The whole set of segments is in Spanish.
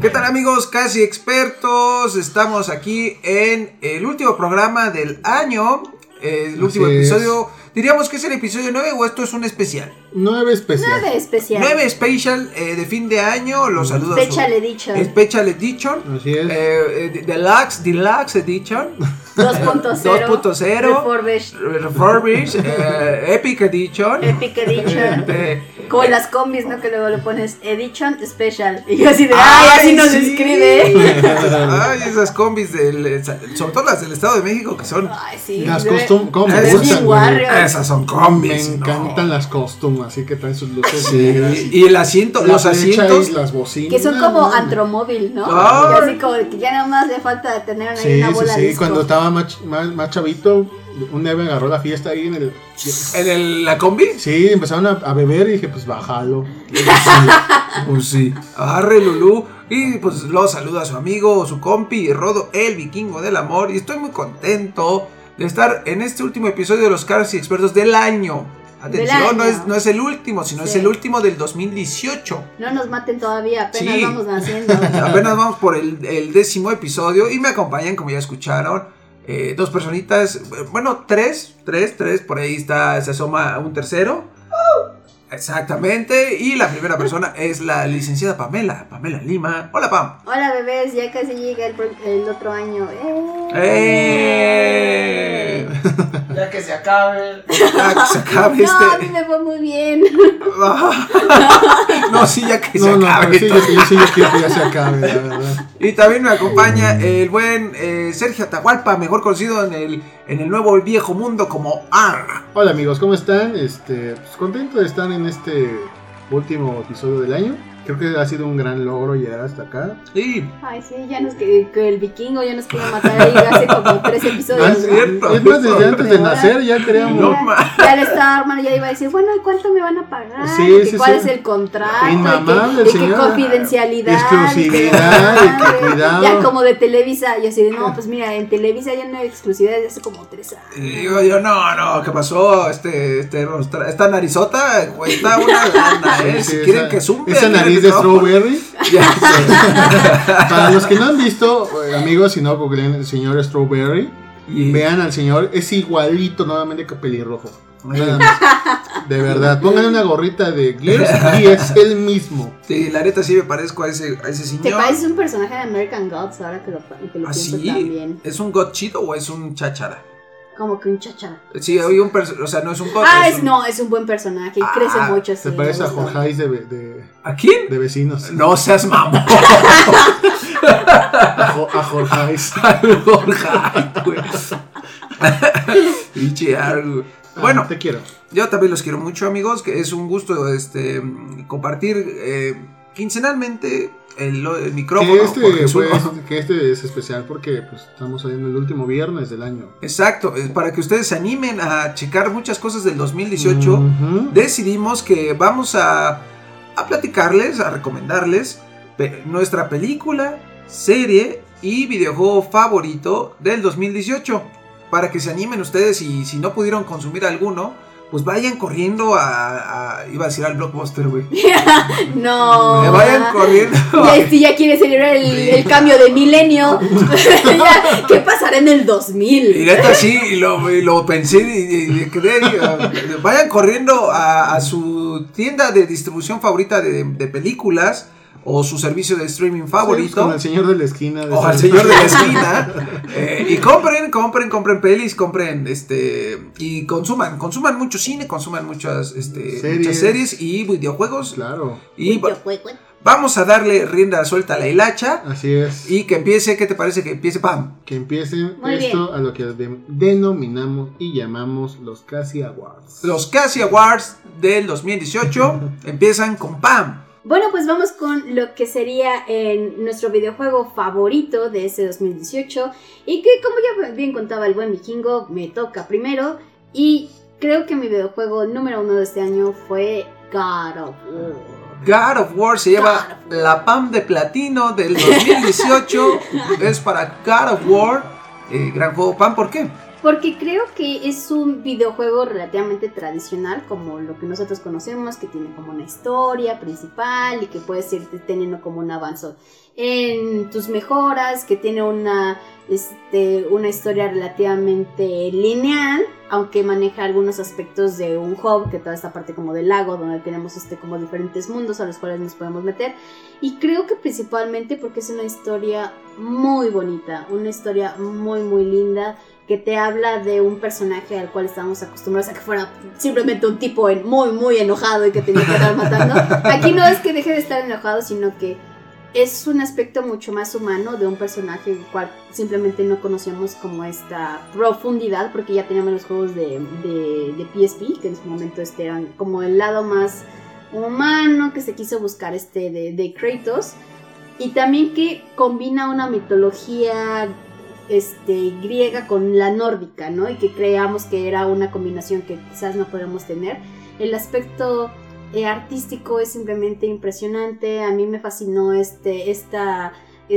¿Qué tal, amigos casi expertos? Estamos aquí en el último programa del año, el último episodio. Diríamos que es el episodio 9 o esto es un especial. 9 especial. 9 special de fin de año. Los saludos. Special Edition. Special Edition. Así es. Deluxe Edition. 2.0. Refurbished. Epic Edition. Como en las combis, ¿no? Que luego le pones Edition Special. Y yo así de, así nos escribe. Ay, esas combis, sobre todo las del Estado de México, que son... Ay, sí. Las custom, ¿cómo me gustan? Esas son combis. Me encantan las custom, así que traen sus luces sí. negras. Y el asiento, los asientos. Y las bocinas. Que son como antromóvil, ¿no? Oh. Así como que ya nada más le falta tener ahí una bola de disco. Cuando estaba más chavito, un día me agarró la fiesta ahí en la combi. Sí, empezaron a beber y dije, pues bájalo. Pues sí. Arre, Lulú. Y pues luego saluda a su amigo, su compi, Rodo, el vikingo del amor. Y estoy muy contento de estar en este último episodio de los Casi Expertos del año. Atención, no es el último, sino es el último del 2018. No nos maten todavía, apenas vamos naciendo. Apenas vamos por el 10º episodio y me acompañan, como ya escucharon, dos personitas, bueno, tres, por ahí se asoma un tercero. Exactamente, y la primera persona es la licenciada Pamela Lima. Hola, Pam. Hola, bebés, ya casi llega el otro año. Ya que se acabe. No, a mí me fue muy bien. No, sí, ya que se acabe. Sí, yo quiero que ya se acabe, la verdad. Y también me acompaña el buen Sergio Atahualpa, mejor conocido en el nuevo viejo mundo como AR. Hola, amigos, ¿cómo están? Pues contento de estar en este último episodio del año. Creo que ha sido un gran logro llegar hasta acá. Sí. Ay, sí, que el vikingo ya nos quería matar ahí hace como 3 episodios. Es cierto. Es más, desde antes de nacer ya queríamos. Ya le estaba armando, ya iba a decir, bueno, ¿y cuánto me van a pagar? Sí, ¿Cuál es el contrato? Inmamable, ¿Y qué confidencialidad? Exclusividad, y que cuidado. Ya como de Televisa, yo así de, no, pues mira, en Televisa ya no hay exclusividad desde hace como 3 años. Y digo yo, no, ¿qué pasó? Esta narizota cuesta una lana, si quieren que zumbe. Esa nariz de Strawberry. Para los que no han visto, amigos, si no googleen el señor Strawberry, vean al señor, es igualito nuevamente que pelirrojo. Nada más. De verdad, pónganle una gorrita de Gears y es el mismo. Sí, la neta sí me parezco a ese señor. Te pareces un personaje de American Gods ahora que lo pienso también. ¿Es un god chido o es un cháchara? Como que un cháchara. Sí, oye, o sea, no es un god. Es un buen personaje y crece mucho así. Te parece a Jorge ¿A quién? De Vecinos. No seas mamón. A Jorge. Al Jorge, güey. Pinche algo. Bueno, te quiero. Yo también los quiero mucho, amigos, que es un gusto compartir quincenalmente el micrófono. Que este es especial porque pues, estamos saliendo el último viernes del año. Exacto, para que ustedes se animen a checar muchas cosas del 2018. Decidimos que vamos a platicarles, a recomendarles nuestra película, serie y videojuego favorito del 2018. Para que se animen ustedes y si no pudieron consumir alguno, pues vayan corriendo iba a decir al Blockbuster, güey. No. Vayan corriendo. Ya quiere celebrar el cambio de milenio. ¿Qué pasará en el 2000? Y neta sí, lo pensé y quedé. Vayan corriendo a su tienda de distribución favorita de películas. O su servicio de streaming favorito. Sí, como el señor de la esquina. O al señor de la esquina. Y compren pelis, compren y consuman mucho cine, consuman muchas series y videojuegos. Claro. Y vamos a darle rienda suelta a la hilacha. Así es. Y que empiece, ¿qué te parece que empiece, Pam? Que empiecen a lo que denominamos y llamamos los Casi Awards. Los Casi Awards del 2018 empiezan con Pam. Bueno, pues vamos con lo que sería nuestro videojuego favorito de este 2018 y que, como ya bien contaba el buen vikingo, me toca primero y creo que mi videojuego número 1 de este año fue God of War. God of War se lleva la Pam de platino del 2018, es para God of War, gran juego. Pam, ¿por qué? Porque creo que es un videojuego relativamente tradicional, como lo que nosotros conocemos, que tiene como una historia principal y que puedes ir teniendo como un avance en tus mejoras, que tiene una historia relativamente lineal, aunque maneja algunos aspectos de un hub, que toda esta parte como del lago, donde tenemos como diferentes mundos a los cuales nos podemos meter. Y creo que principalmente porque es una historia muy bonita, una historia muy muy linda, que te habla de un personaje al cual estábamos acostumbrados a que fuera simplemente un tipo muy muy enojado y que tenía que estar matando. Aquí no es que deje de estar enojado, sino que es un aspecto mucho más humano de un personaje el cual simplemente no conocíamos como esta profundidad, porque ya teníamos los juegos de PSP, que en su momento eran como el lado más humano que se quiso buscar de Kratos, y también que combina una mitología griega con la nórdica, ¿no? Y que creamos que era una combinación que quizás no podemos tener. El aspecto artístico es simplemente impresionante. A mí me fascinó esta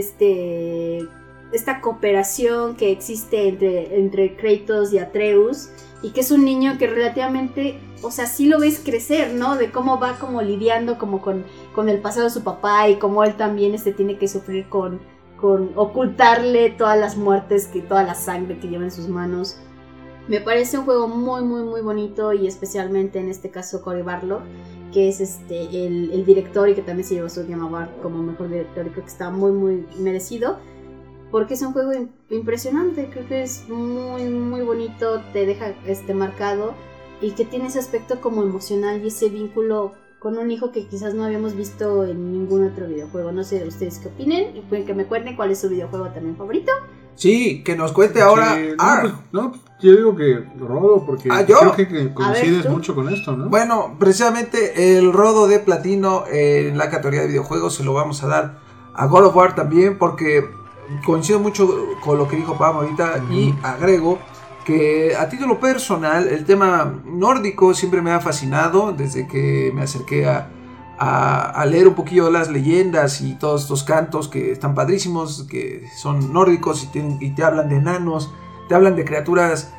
cooperación que existe entre Kratos y Atreus, y que es un niño que relativamente, o sea, sí lo ves crecer, ¿no? De cómo va como lidiando como con el pasado de su papá, y cómo él también tiene que sufrir con ocultarle todas las muertes, toda la sangre que lleva en sus manos. Me parece un juego muy muy muy bonito, y especialmente en este caso Cory Barlog, que es el director, y que también se llevó su Game Award como mejor director, y creo que está muy muy merecido, porque es un juego impresionante. Creo que es muy muy bonito, te deja marcado, y que tiene ese aspecto como emocional y ese vínculo con un hijo que quizás no habíamos visto en ningún otro videojuego. No sé ustedes qué opinen, y pueden que me cuenten cuál es su videojuego también favorito. Sí, que nos cuente ahora. Sí, yo digo que Rodo, porque creo que coincides mucho con esto, ¿no? Bueno, precisamente el Rodo de platino en la categoría de videojuegos se lo vamos a dar a God of War también, porque coincido mucho con lo que dijo Pam ahorita, y agrego que a título personal el tema nórdico siempre me ha fascinado desde que me acerqué a leer un poquillo las leyendas y todos estos cantos que están padrísimos, que son nórdicos y te hablan de enanos, te hablan de criaturas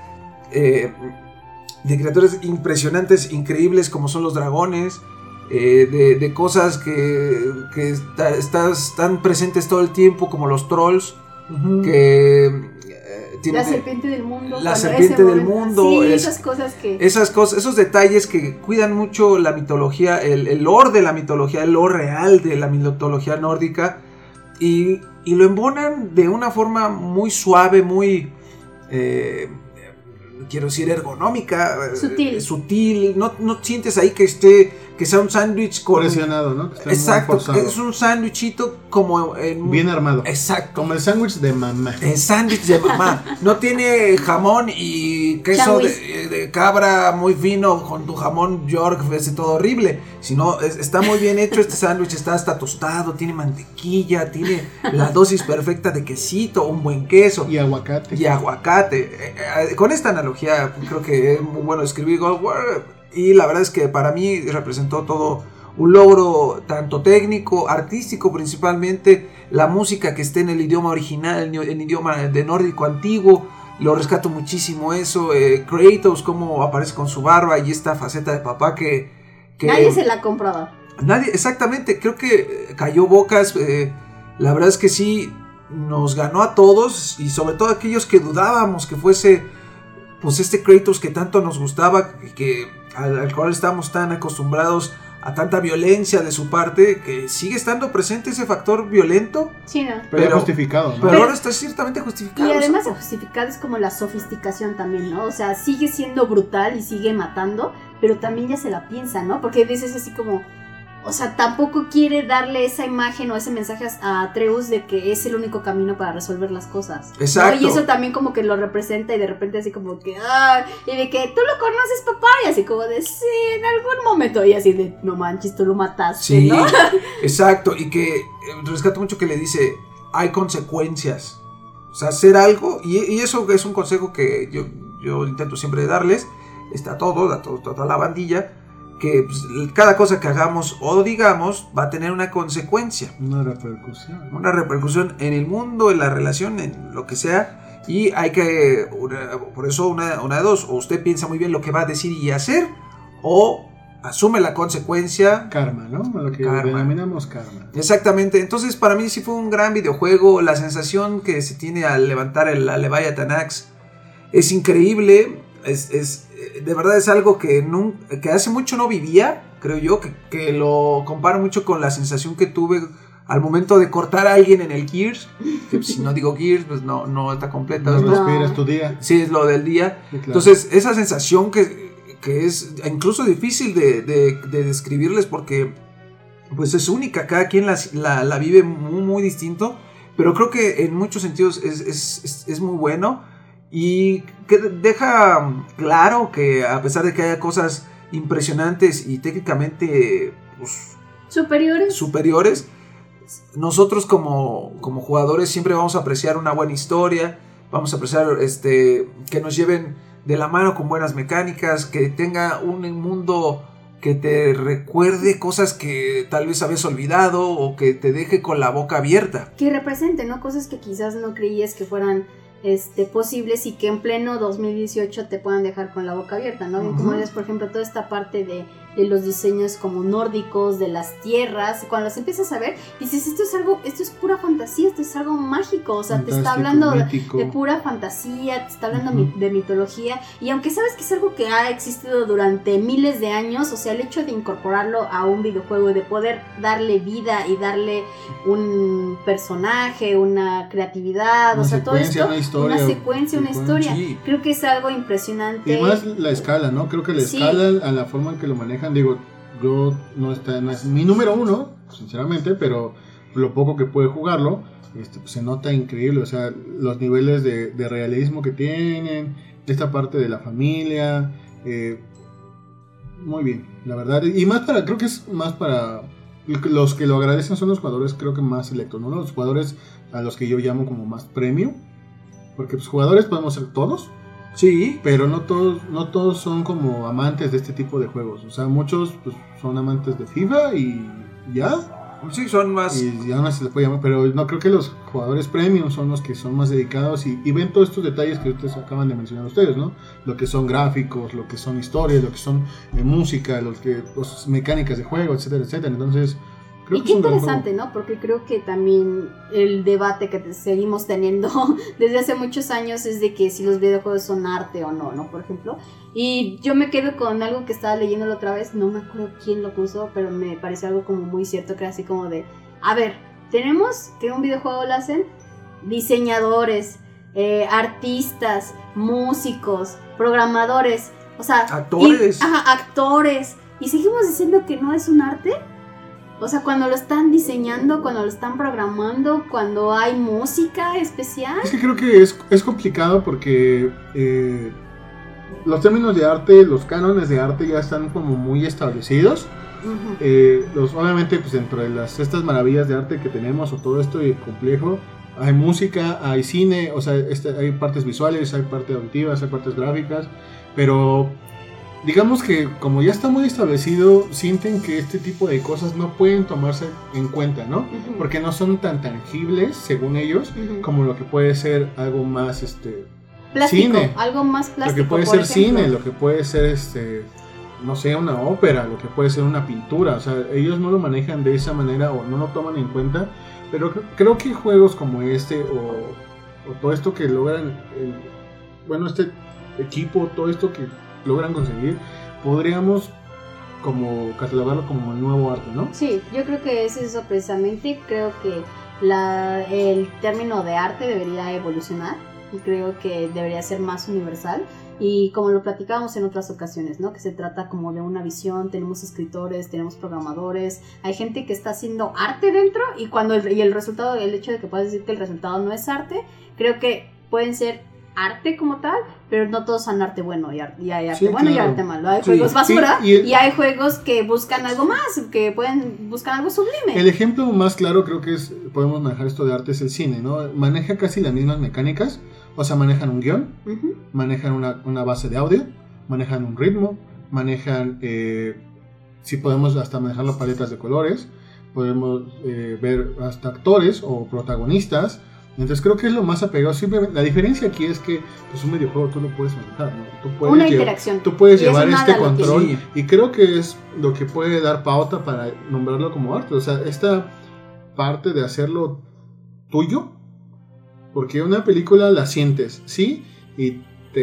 impresionantes, increíbles, como son los dragones, de cosas que están presentes todo el tiempo, como los trolls, que la serpiente del mundo. La serpiente del mundo. Sí, esas cosas, esos detalles que cuidan mucho la mitología, el lore de la mitología, el lore real de la mitología nórdica, y lo embonan de una forma muy suave, muy, quiero decir, ergonómica, sutil. No sientes ahí que sea un sándwich presionado, ¿no? Exacto, es un sándwichito como bien armado. Exacto. Como el sándwich de mamá. El sándwich de mamá. No tiene jamón y queso de cabra muy fino con tu jamón York, ese todo horrible. Sino está muy bien hecho este sándwich, está hasta tostado, tiene mantequilla, tiene la dosis perfecta de quesito, un buen queso. Y aguacate. Con esta analogía creo que es muy bueno escribir God of War. Y la verdad es que para mí representó todo un logro, tanto técnico, artístico principalmente. La música que esté en el idioma original, en idioma de nórdico antiguo, lo rescato muchísimo eso. Kratos, cómo aparece con su barba y esta faceta de papá que nadie se la compraba. Nadie, exactamente, creo que cayó bocas. La verdad es que sí, nos ganó a todos, y sobre todo a aquellos que dudábamos que fuese pues este Kratos que tanto nos gustaba, al cual estamos tan acostumbrados a tanta violencia de su parte, que sigue estando presente ese factor violento. Sí, no. Pero justificado, ¿no? Pero ahora está ciertamente justificado. Y además de justificado es como la sofisticación también, ¿no? O sea, sigue siendo brutal y sigue matando, pero también ya se la piensa, ¿no? Porque dices así como, o sea, tampoco quiere darle esa imagen o ese mensaje a Atreus de que es el único camino para resolver las cosas. Exacto. ¿No? Y eso también como que lo representa, y de repente así como que, y de que tú lo conoces, papá, y así como de, sí, en algún momento, y así de, no manches, tú lo mataste, sí, ¿no? Exacto, y que rescato mucho que le dice, hay consecuencias. O sea, hacer algo, y eso es un consejo que yo intento siempre darles, a toda la bandilla, que pues, cada cosa que hagamos o digamos va a tener una consecuencia. Una repercusión. Una repercusión en el mundo, en la relación, en lo que sea. Y hay que, por eso una de dos, o usted piensa muy bien lo que va a decir y hacer, o asume la consecuencia. Karma, ¿no? Lo que denominamos karma. Exactamente, entonces para mí sí fue un gran videojuego, la sensación que se tiene al levantar la Leviathan Axe es increíble, de verdad es algo que hace mucho no vivía, creo yo, que lo comparo mucho con la sensación que tuve al momento de cortar a alguien en el Gears, que si no digo Gears, pues no está completa. No respiras tu día. Sí, es lo del día. Sí, claro. Entonces, esa sensación que es incluso difícil de describirles porque pues es única, cada quien la vive muy, muy distinto, pero creo que en muchos sentidos es muy bueno y que deja claro que a pesar de que haya cosas impresionantes y técnicamente pues, superiores, nosotros como jugadores siempre vamos a apreciar una buena historia, vamos a apreciar que nos lleven de la mano con buenas mecánicas, que tenga un mundo que te recuerde cosas que tal vez habías olvidado o que te deje con la boca abierta. Que represente, ¿no? Cosas que quizás no creías que fueran posibles y que en pleno 2018 te puedan dejar con la boca abierta, ¿no? Uh-huh. Como ves, por ejemplo, toda esta parte de los diseños como nórdicos, de las tierras, cuando los empiezas a ver, dices, esto es pura fantasía, esto es algo mágico, o sea, fantástico, te está hablando de pura fantasía, te está hablando de mitología, y aunque sabes que es algo que ha existido durante miles de años, o sea, el hecho de incorporarlo a un videojuego, de poder darle vida y darle un personaje, una creatividad, o sea, todo esto, una secuencia, una historia, sí. Creo que es algo impresionante. Y más la escala, ¿no? Creo que la escala, a la forma en que lo manejan, digo, yo no es mi número uno, sinceramente, pero lo poco que puede jugarlo, pues se nota increíble, o sea, los niveles de realismo que tienen, esta parte de la familia, muy bien, la verdad, y más creo que es más para los que lo agradecen son los jugadores, creo que más selectos, ¿no? Los jugadores a los que yo llamo como más premium, porque pues jugadores podemos ser todos. Sí, pero no todos son como amantes de este tipo de juegos. O sea, muchos pues, son amantes de FIFA y ya. Sí, son más. Y ya no se les puede llamar, pero no creo que los jugadores premium son los que son más dedicados y ven todos estos detalles que ustedes acaban de mencionar ustedes, ¿no? Lo que son gráficos, lo que son historias, lo que son música, mecánicas de juego, etcétera, etcétera. Entonces. Y qué interesante, ¿no? Porque creo que también el debate que seguimos teniendo desde hace muchos años es de que si los videojuegos son arte o no, ¿no? Por ejemplo. Y yo me quedo con algo que estaba leyendo la otra vez, no me acuerdo quién lo puso, pero me pareció algo como muy cierto, que era así como de, a ver, tenemos que un videojuego lo hacen diseñadores, artistas, músicos, programadores, o sea... actores. ¿Y seguimos diciendo que no es un arte? O sea, cuando lo están diseñando, cuando lo están programando, cuando hay música especial. Es que creo que es complicado porque los términos de arte, los cánones de arte ya están como muy establecidos. Uh-huh. Obviamente, pues dentro de estas maravillas de arte que tenemos o todo esto complejo, hay música, hay cine, o sea, hay partes visuales, hay partes auditivas, hay partes gráficas, pero... digamos que como ya está muy establecido, sienten que este tipo de cosas no pueden tomarse en cuenta, ¿no? Uh-huh. Porque no son tan tangibles, según ellos, uh-huh. como lo que puede ser algo más plástico, cine. Algo más plástico. Lo que puede ser cine, lo que puede ser no sé, una ópera, lo que puede ser una pintura. O sea, ellos no lo manejan de esa manera o no lo toman en cuenta. Pero creo que juegos como o todo esto que logran, este equipo, todo esto que logran conseguir, podríamos como catalogarlo como el nuevo arte, ¿no? Sí, yo creo que es eso precisamente. Creo que el término de arte debería evolucionar y creo que debería ser más universal. Y como lo platicábamos en otras ocasiones, ¿no? Que se trata como de una visión, tenemos escritores, tenemos programadores, hay gente que está haciendo arte dentro y el resultado, el hecho de que puedas decir que el resultado no es arte, creo que pueden ser arte como tal, pero no todos son arte bueno y hay arte bueno, claro. Y arte malo. Hay juegos basura y hay juegos que buscan algo más, que buscan algo sublime. El ejemplo más claro creo que podemos manejar esto de arte es el cine, ¿no? Maneja casi las mismas mecánicas, o sea, manejan un guión, uh-huh. Manejan una base de audio, manejan un ritmo, manejan, si podemos hasta manejar las paletas de colores, podemos ver hasta actores o protagonistas. Entonces creo que es lo más apegado. Simplemente, la diferencia aquí es que pues, un videojuego tú lo puedes manejar, ¿no? Tú puedes una interacción. Tú puedes y llevar este control. Sí. Y creo que es lo que puede dar pauta para nombrarlo como arte. O sea, esta parte de hacerlo tuyo. Porque una película la sientes, ¿sí? Y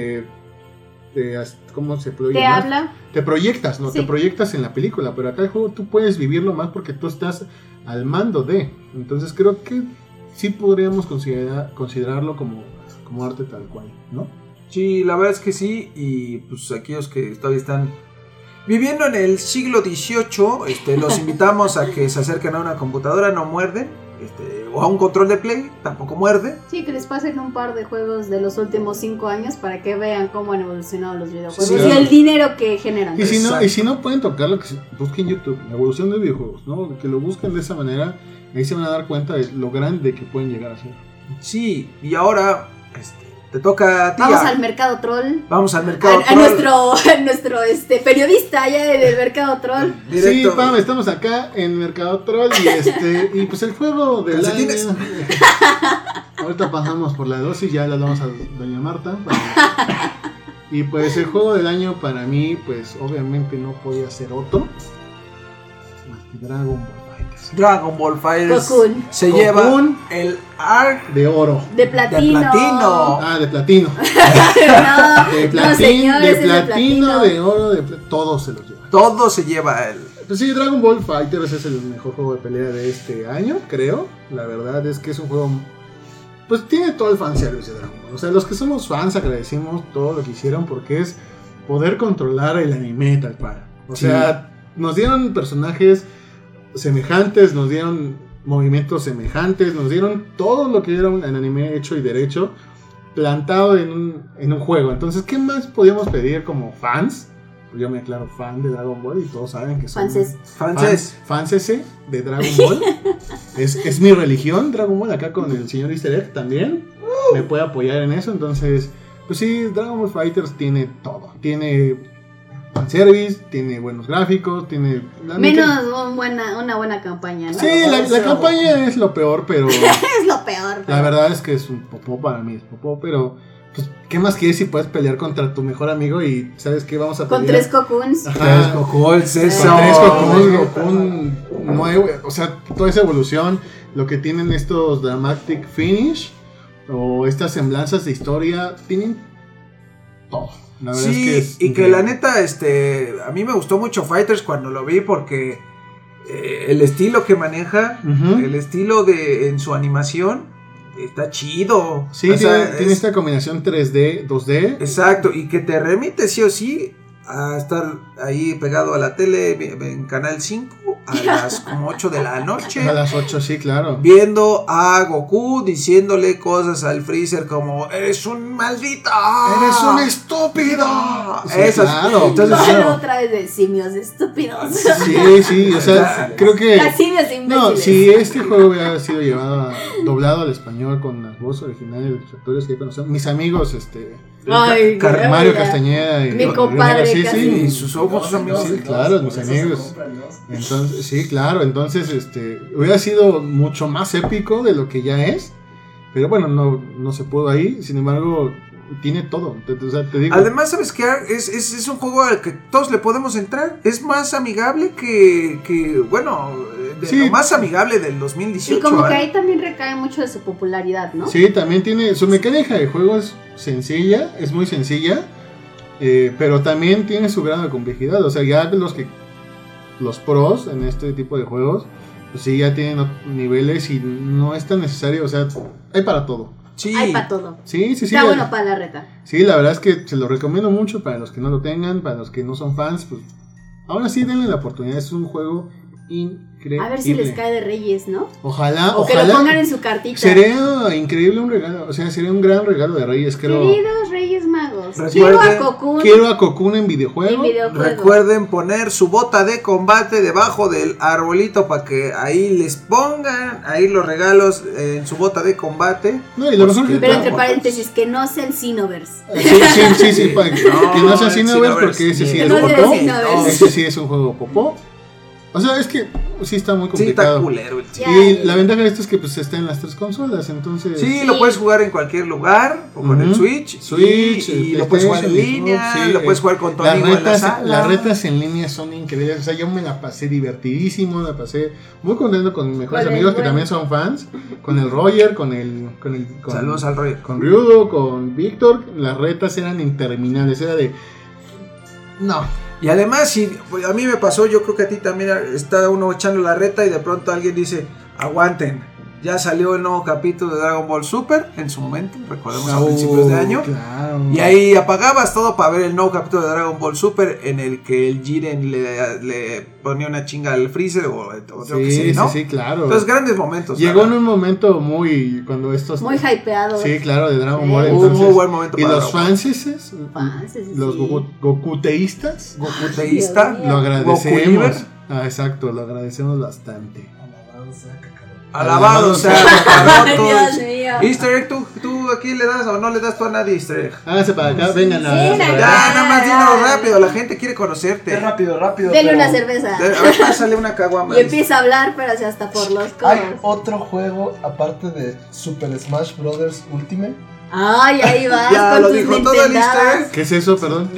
¿cómo se puede llamar? Habla. Te proyectas, ¿no? Sí. Te proyectas en la película. Pero acá el juego tú puedes vivirlo más porque tú estás al mando de. Entonces creo que sí podríamos considerarlo como arte tal cual, ¿no? Sí, la verdad es que sí. Y pues aquellos que todavía están viviendo en el siglo XVIII, los invitamos a que se acerquen a una computadora, no muerden. O a un control de Play, tampoco muerde. Sí, que les pasen un par de juegos de los últimos 5 años para que vean cómo han evolucionado los videojuegos Sí, y claro. el dinero que generan. Y si no pueden tocarlo, que busquen YouTube, la evolución de videojuegos, ¿no? Que lo busquen de esa manera, ahí se van a dar cuenta de lo grande que pueden llegar a ser. Sí, y ahora te toca a ti. Vamos al mercado troll. Vamos al mercado A nuestro periodista ya del mercado troll. Directo. Sí, Pam, estamos acá en Mercado Troll y pues el juego del ¿Calcetines? año. Ahorita pasamos por la dosis, ya la damos a Doña Marta. Y pues el juego del año para mí, pues obviamente no podía ser otro más que Dragon Ball FighterZ. Dragon Ball FighterZ Cocoon. se Cocoon. lleva el ARC De oro. De platino. platino. Ah, de platino. No, señores, de es platino, de oro, todos se los lleva. Todo se lleva el. Pues sí, Dragon Ball FighterZ es el mejor juego de pelea de este año, creo. La verdad es que es un juego... Pues tiene todo el fanservice de Dragon Ball. O sea, los que somos fans agradecimos todo lo que hicieron porque es poder controlar el anime tal cual. O sea, nos dieron personajes semejantes, nos dieron movimientos semejantes, nos dieron todo lo que era un anime hecho y derecho plantado en un juego. Entonces, ¿qué más podíamos pedir como fans? Yo me declaro fan de Dragon Ball y todos saben que soy fans de Dragon Ball. es mi religión Dragon Ball, acá con el señor Easter Egg también me puede apoyar en eso. Entonces, pues sí, Dragon Ball FighterZ tiene todo. Tiene fanservice, tiene buenos gráficos, tiene... Menos una buena campaña, ¿no? Sí, la campaña es lo peor, pero... Es lo peor. La verdad es que es un popó para mí, es popó, pero... Pues, ¿qué más quieres si puedes pelear contra tu mejor amigo y sabes qué vamos a pelear? Con 3 Cocoons. Ajá. 3 Cocoons, eso. Con 3 Cocoons, Cocoon nuevo, o sea, toda esa evolución, lo que tienen estos dramatic finish o estas semblanzas de historia, tienen todo. La verdad Sí, es que y que la neta, a mí me gustó mucho Fighters cuando lo vi porque el estilo que maneja, el estilo en su animación, está chido. Sí, o sea, tiene esta combinación 3D, 2D. Exacto, y que te remite sí o sí a estar ahí pegado a la tele en Canal 5 a las como 8 de la noche. A las 8, sí, claro. Viendo a Goku diciéndole cosas al Freezer como eres un maldito, eres un estúpido. Sí, esas, claro. Entonces, Otra vez de simios estúpidos. Sí, o sea, creo que... Las simios imbéciles. No, si este juego hubiera sido doblado al español con las voces originales de los actores que ya conocemos, mis amigos, Ay, Mario Castañeda y mi compadre sí, casi. y sus ojos, sus amigos. Sí, claro, mis amigos. Entonces, sí, claro, entonces hubiera sido mucho más épico de lo que ya es. Pero bueno, no se pudo ahí. Sin embargo, tiene todo. O sea, te digo. Además, ¿sabes qué? Es un juego al que todos le podemos entrar. Es más amigable que bueno, lo más amigable del 2018. Y como que ahí también recae mucho de su popularidad, ¿no? Sí, también tiene. Su mecánica de juego es sencilla, es muy sencilla. Pero también tiene su grado de complejidad. O sea, ya los pros en este tipo de juegos, pues sí, ya tienen niveles y no es tan necesario. O sea, hay para todo. Sí. Hay para todo. Sí. Está bueno para la reta. Sí, la verdad es que se lo recomiendo mucho para los que no lo tengan, para los que no son fans, pues ahora sí denle la oportunidad. Es un juego increíble. A ver si les cae de Reyes, ¿no? Ojalá. O que lo pongan en su cartita. Sería increíble un regalo, o sea, sería un gran regalo de Reyes, creo. Queridos Reyes Magos, Recuerden, quiero a Cocoon en videojuego. Recuerden poner su bota de combate debajo del arbolito para que ahí les pongan ahí los regalos en su bota de combate. No, y lo mejor pero entre paréntesis, que no sea el Xenoverse. Sí, para que no sea Xenoverse, porque ese sí es popó. Ese sí es un juego popó. O sea, es que sí está muy Sí, está complicado. culero. Y la ventaja de esto es que pues está en las 3 consolas, entonces... Sí, lo puedes jugar en cualquier lugar, o con el Switch, y lo puedes jugar en línea, sí, lo puedes jugar con tu amigo en la sala. Las retas en línea son increíbles, o sea, yo me la pasé divertidísimo, la pasé muy contento con mis mejores amigos que también son fans, con el Roger, con Saludos al Roger. Con Ryudo, con Víctor, las retas eran interminables, era de... No. Y además, si a mí me pasó, yo creo que a ti también, está uno echando la reta y de pronto alguien dice, aguanten, ya salió el nuevo capítulo de Dragon Ball Super, en su momento, recordemos a principios de año, claro. Y ahí apagabas todo para ver el nuevo capítulo de Dragon Ball Super, en el que el Jiren le ponía una chinga al Freezer, o yo que sé, ¿no? Sí, claro. Entonces, grandes momentos. Llegó en un momento muy, cuando estos... Muy hypeado. Sí, claro, de Dragon Ball. Un muy buen momento. Y para los fanses, los Gokuteístas, lo agradecemos. Exacto, lo agradecemos bastante. Alabado sea Kakaroto. Dios mío. Easter egg, ¿tú aquí le das o no le das tú a nadie Easter egg? Háganse para acá, vengan a Sí, Ya, nada más dímelo rápido, la gente quiere conocerte. Rápido. Dele una cerveza. A ver, pásale una caguama. Y empieza a hablar, pero ya está por los codos. Hay otro juego aparte de Super Smash Bros. Ultimate. Ay, ahí vas. Ya con lo tus dijo todo el Easter nintendadas. egg. ¿Qué es eso, perdón?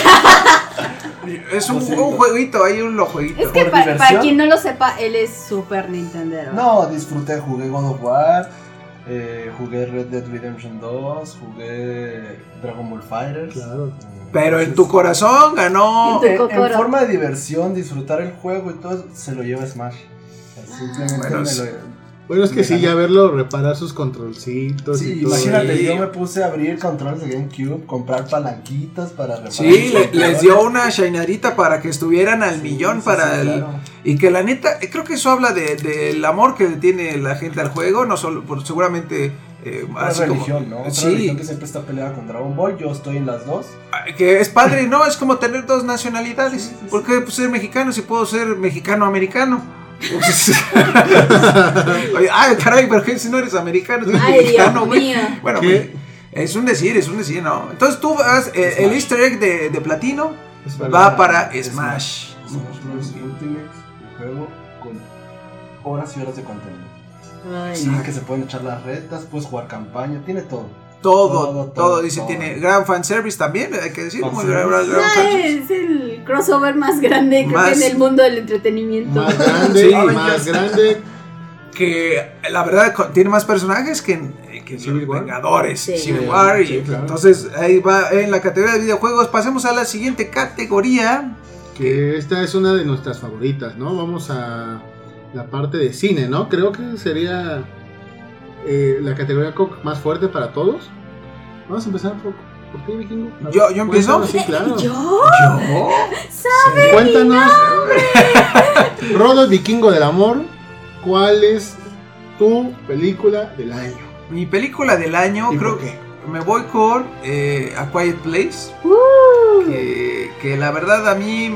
Es un jueguito, hay un jueguito. Es que Por para diversión. quien no lo sepa, él es Super Nintendero. No, disfruté, jugué God of War, jugué Red Dead Redemption 2, jugué Dragon Ball Fighters. Claro. Pero en tu corazón ganó. En tu En cocoro. forma de diversión, disfrutar el juego y todo, se lo lleva Smash. O sea, simplemente Bueno, me lo... Bueno, es que sí, ya verlo, reparar sus controlcitos Sí, y todo. imagínate, Sí. yo me puse a abrir controles de GameCube, comprar palanquitas para reparar. Sí, mis les dio una shinerita para que estuvieran al Sí, millón sí, para sí, el... claro. Y que la neta, creo que eso habla del amor que le tiene la gente al juego, no solo, por seguramente... Una así religión, como, ¿no? Otra sí, religión que siempre está peleada con Dragon Ball, yo estoy en las dos. que es padre, ¿no? Es como tener dos nacionalidades. Sí, sí, sí. ¿Por qué ser mexicano si puedo ser mexicano-americano? Oye, ay, caray, pero que si no eres americano, eres Ay, mexicano, Dios güey. mío. Bueno, ¿Qué? pues, es un decir, ¿no? Entonces tú vas, el easter egg de platino Es va para Smash. Smash Bros. Ultimate, el juego con horas y horas de contenido. Ay, Sí, no. que se pueden echar las retas, puedes jugar campaña, tiene todo. Todo, dice, todo. tiene gran fanservice también, hay que decir, muy gran Fanservice. fanservice. Es el crossover más grande que Más- tiene el mundo del entretenimiento. Más grande, Sí, más grande. Que la verdad tiene más personajes que Civil los War. Vengadores, Sí. Civil War, y Sí, claro. entonces ahí va en la categoría de videojuegos. Pasemos a la siguiente categoría. Que esta es una de nuestras favoritas, ¿no? Vamos a la parte de cine, ¿no? Creo que sería la categoría más fuerte para todos. Vamos a empezar por ti, Vikingo. ¿Yo empiezo? Cuéntanos, sí, claro. ¿Yo? Cuéntanos, Rodo Vikingo del Amor, ¿cuál es tu película del año? Mi película del año, ¿Y creo por qué? que me voy con A Quiet Place. Que la verdad a mí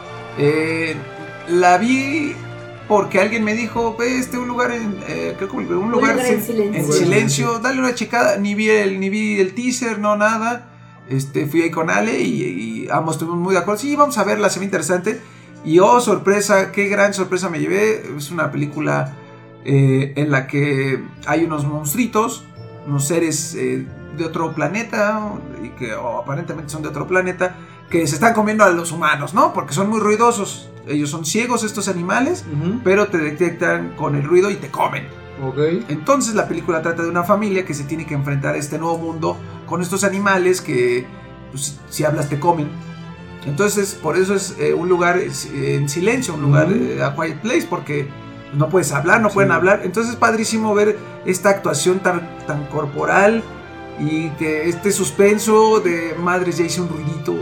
la vi porque alguien me dijo, ve un lugar creo que un lugar lugar en silencio. en silencio, dale una checada. Ni vi el teaser, no nada. Fui ahí con Ale y ambos estuvimos muy de acuerdo. Sí, vamos a verla, se ve interesante. Y oh, sorpresa, qué gran sorpresa me llevé. Es una película en la que hay unos monstruitos, unos seres de otro planeta, y que aparentemente son de otro planeta, que se están comiendo a los humanos, ¿no? Porque son muy ruidosos. Ellos son ciegos, estos animales, pero te detectan con el ruido y te comen. Ok. Entonces la película trata de una familia que se tiene que enfrentar a este nuevo mundo con estos animales que, pues, si hablas te comen. Entonces por eso es un lugar en silencio, un lugar a quiet place, porque no puedes hablar, no pueden hablar. Entonces es padrísimo ver esta actuación tan corporal y que este suspenso de madres ya hice un ruidito.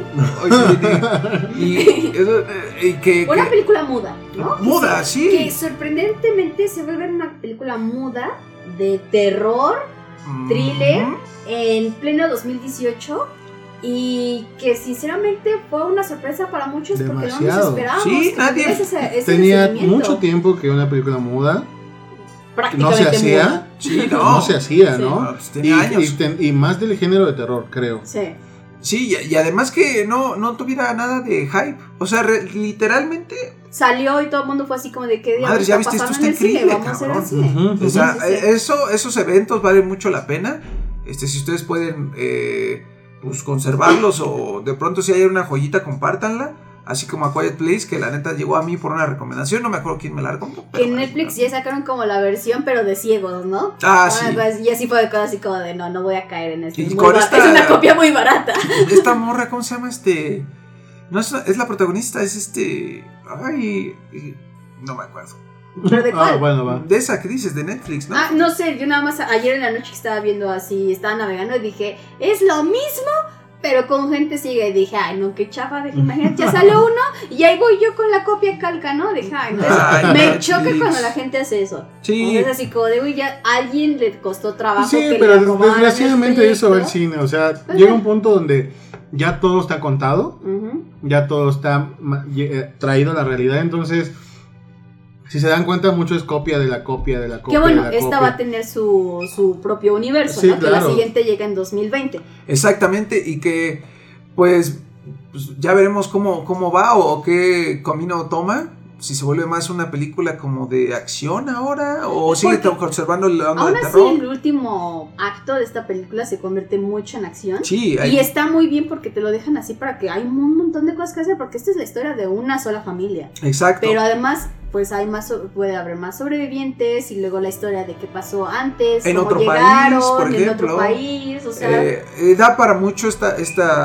y que Una película muda, ¿no? muda, sí. Que sorprendentemente se vuelve una película muda de terror, thriller, en pleno 2018. Y que sinceramente fue una sorpresa para muchos porque no nos Demasiado. esperábamos. Sí, que nadie tuviera ese Tenía recibimiento. mucho tiempo que una película muda no Prácticamente se hacía. muda. Sí, No se hacía, Sí. ¿no? No, pues tenía años. Y más del género de terror, creo. Sí. Sí, y además que no tuviera nada de hype. O sea, literalmente salió y todo el mundo fue así como de qué día madre, ya está viste, esto pasando está en el cine, increíble, vamos a hacer el cabrón. cine. O sea, Sí. esos eventos valen mucho la pena. Si ustedes pueden pues conservarlos o de pronto si hay una joyita, compártanla. Así como a Quiet Place, que la neta llegó a mí por una recomendación. No me acuerdo quién me la recomendó. Que en Netflix ya sacaron como la versión, pero de ciegos, ¿no? Sí. Pues, y así fue de cosas así como de no voy a caer en esto. Y Es, con esta- es una copia muy barata. Esta morra, ¿cómo se llama? No es la protagonista, es Ay, no me acuerdo. ¿Pero de cuál? Bueno, va. De esa que dices, de Netflix, ¿no? No sé, yo nada más ayer en la noche que estaba viendo así, estaba navegando y dije, es lo mismo, pero con gente sigue. Y dije, ay, no, qué chafa, dije, imagínate, ya sale uno y ahí voy yo con la copia calca, ¿no? Dije, ay, no, me Netflix. choca cuando la gente hace eso. Sí. Es así como de, uy, ya a alguien le costó trabajo. Sí, que pero le acomodaran desgraciadamente el eso va el proyecto. cine. O sea, Pues llega ya. un punto donde ya todo está contado, Ujú. ya todo está traído a la realidad. Entonces, si se dan cuenta, mucho es copia de la copia de la copia. Que bueno, de la esta copia. va a tener su propio universo, Sí, ¿no? Que la claro. siguiente llega en 2020. Exactamente, y que pues ya veremos cómo va o qué camino toma. Si se vuelve más una película como de acción ahora o sigue Porque conservando el onda aún de así, terror. el último acto de esta película se convierte mucho en acción. Sí, Y está muy bien porque te lo dejan así para que hay un montón de cosas que hacer, porque esta es la historia de una sola familia. exacto. Pero además, pues puede haber más sobrevivientes y luego la historia de qué pasó antes, En cómo otro llegaron, país, por en ejemplo. otro país, o sea, Da para mucho esta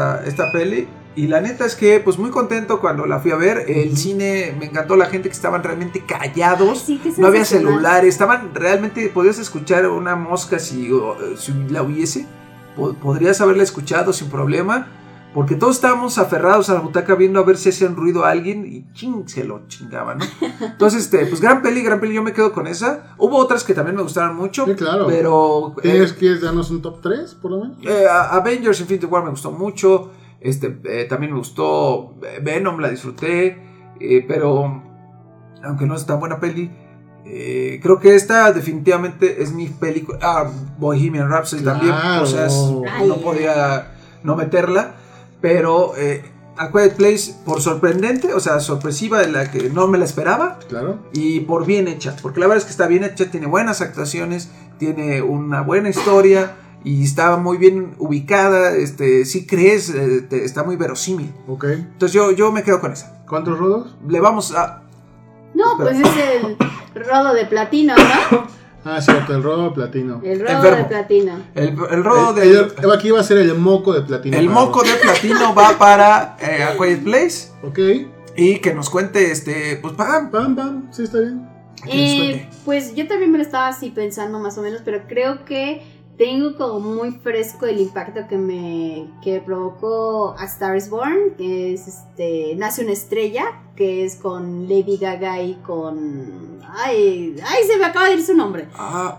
peli. Y la neta es que, pues muy contento cuando la fui a ver. El cine, me encantó la gente que estaban realmente callados. sí, qué No había sensacional. celulares, estaban realmente, podías escuchar una mosca si la hubiese. Podrías haberla escuchado sin problema. Porque todos estábamos aferrados a la butaca viendo a ver si hacían ruido a alguien y se lo chingaban, ¿no? Entonces, pues gran peli, yo me quedo con esa. Hubo otras que también me gustaron mucho. Sí, claro. Pero ¿Quieres darnos un top 3, por lo menos? Avengers Infinity War me gustó mucho. También me gustó Venom, la disfruté. Pero aunque no es tan buena peli, creo que esta definitivamente es mi película. Bohemian Rhapsody también. O sea, Ay, no podía no meterla. Pero A Quiet Place, por sorprendente, o sea, sorpresiva, de la que no me la esperaba. Claro. Y por bien hecha, porque la verdad es que está bien hecha, tiene buenas actuaciones, tiene una buena historia y está muy bien ubicada, si crees, está muy verosímil. Ok. Entonces yo me quedo con esa. ¿Cuántos rodos? Le vamos a... No, pues es el rodo de platino, ¿no? Ah, cierto, el rodo de platino. El rodo Enfermo. de platino. El rodo de... Aquí va a ser el moco de platino. El moco de platino va para A Quiet Place. Ok. Y que nos cuente, pues pam. Pam, sí, está bien. Que nos cuente. Pues yo también me lo estaba así pensando más o menos, pero creo que tengo como muy fresco el impacto que provocó A Star is Born, que es Nace una estrella, que es con Lady Gaga y con... Ay, se me acaba de ir su nombre.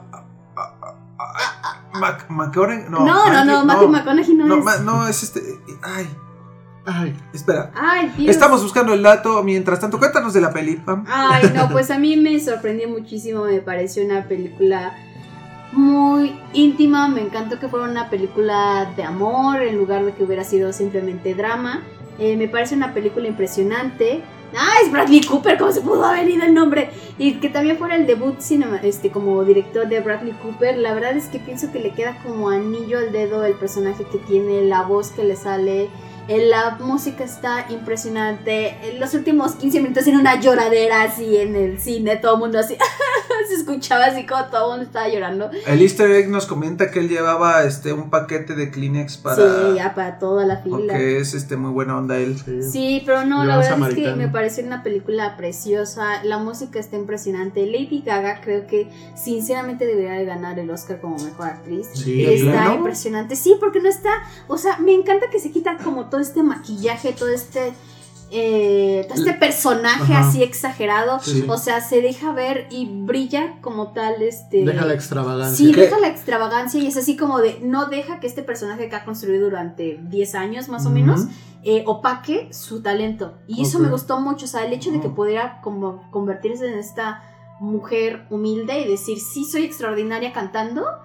McConaughey, No, Matthew McConaughey no es. No, es Ay, espera. Ay, Dios. Estamos buscando el dato. Mientras tanto, cuéntanos de la peli, Pam. Ay, no, pues a mí me sorprendió muchísimo, me pareció una película muy íntima, me encantó que fuera una película de amor en lugar de que hubiera sido simplemente drama. Me parece una película impresionante. Es Bradley Cooper, ¿cómo se pudo haber ido el nombre? Y que también fuera el debut como director de Bradley Cooper. La verdad es que pienso que le queda como anillo al dedo el personaje que tiene, la voz que le sale. La música está impresionante. En los últimos 15 minutos era una lloradera así en el cine, todo el mundo así. Se escuchaba así como todo el mundo estaba llorando. El Easter egg nos comenta que él llevaba un paquete de Kleenex para... Sí, ya para toda la fila. Porque es muy buena onda él. Sí, pero no, la Llevaba verdad es que samaritano. me pareció una película preciosa. La música está impresionante. Lady Gaga creo que sinceramente debería de ganar el Oscar como mejor actriz. Sí, Está claro. impresionante. Sí, porque no está... O sea, me encanta que se quita como todo este maquillaje, todo este personaje Ajá. así exagerado. Sí. O sea, se deja ver y brilla como tal Deja la extravagancia. Sí, ¿Qué? deja la extravagancia y es así como de no deja que este personaje que ha construido durante 10 años más o menos opaque su talento. Y eso Ok. me gustó mucho, o sea, el hecho de que pudiera como convertirse en esta mujer humilde y decir, sí, soy extraordinaria cantando,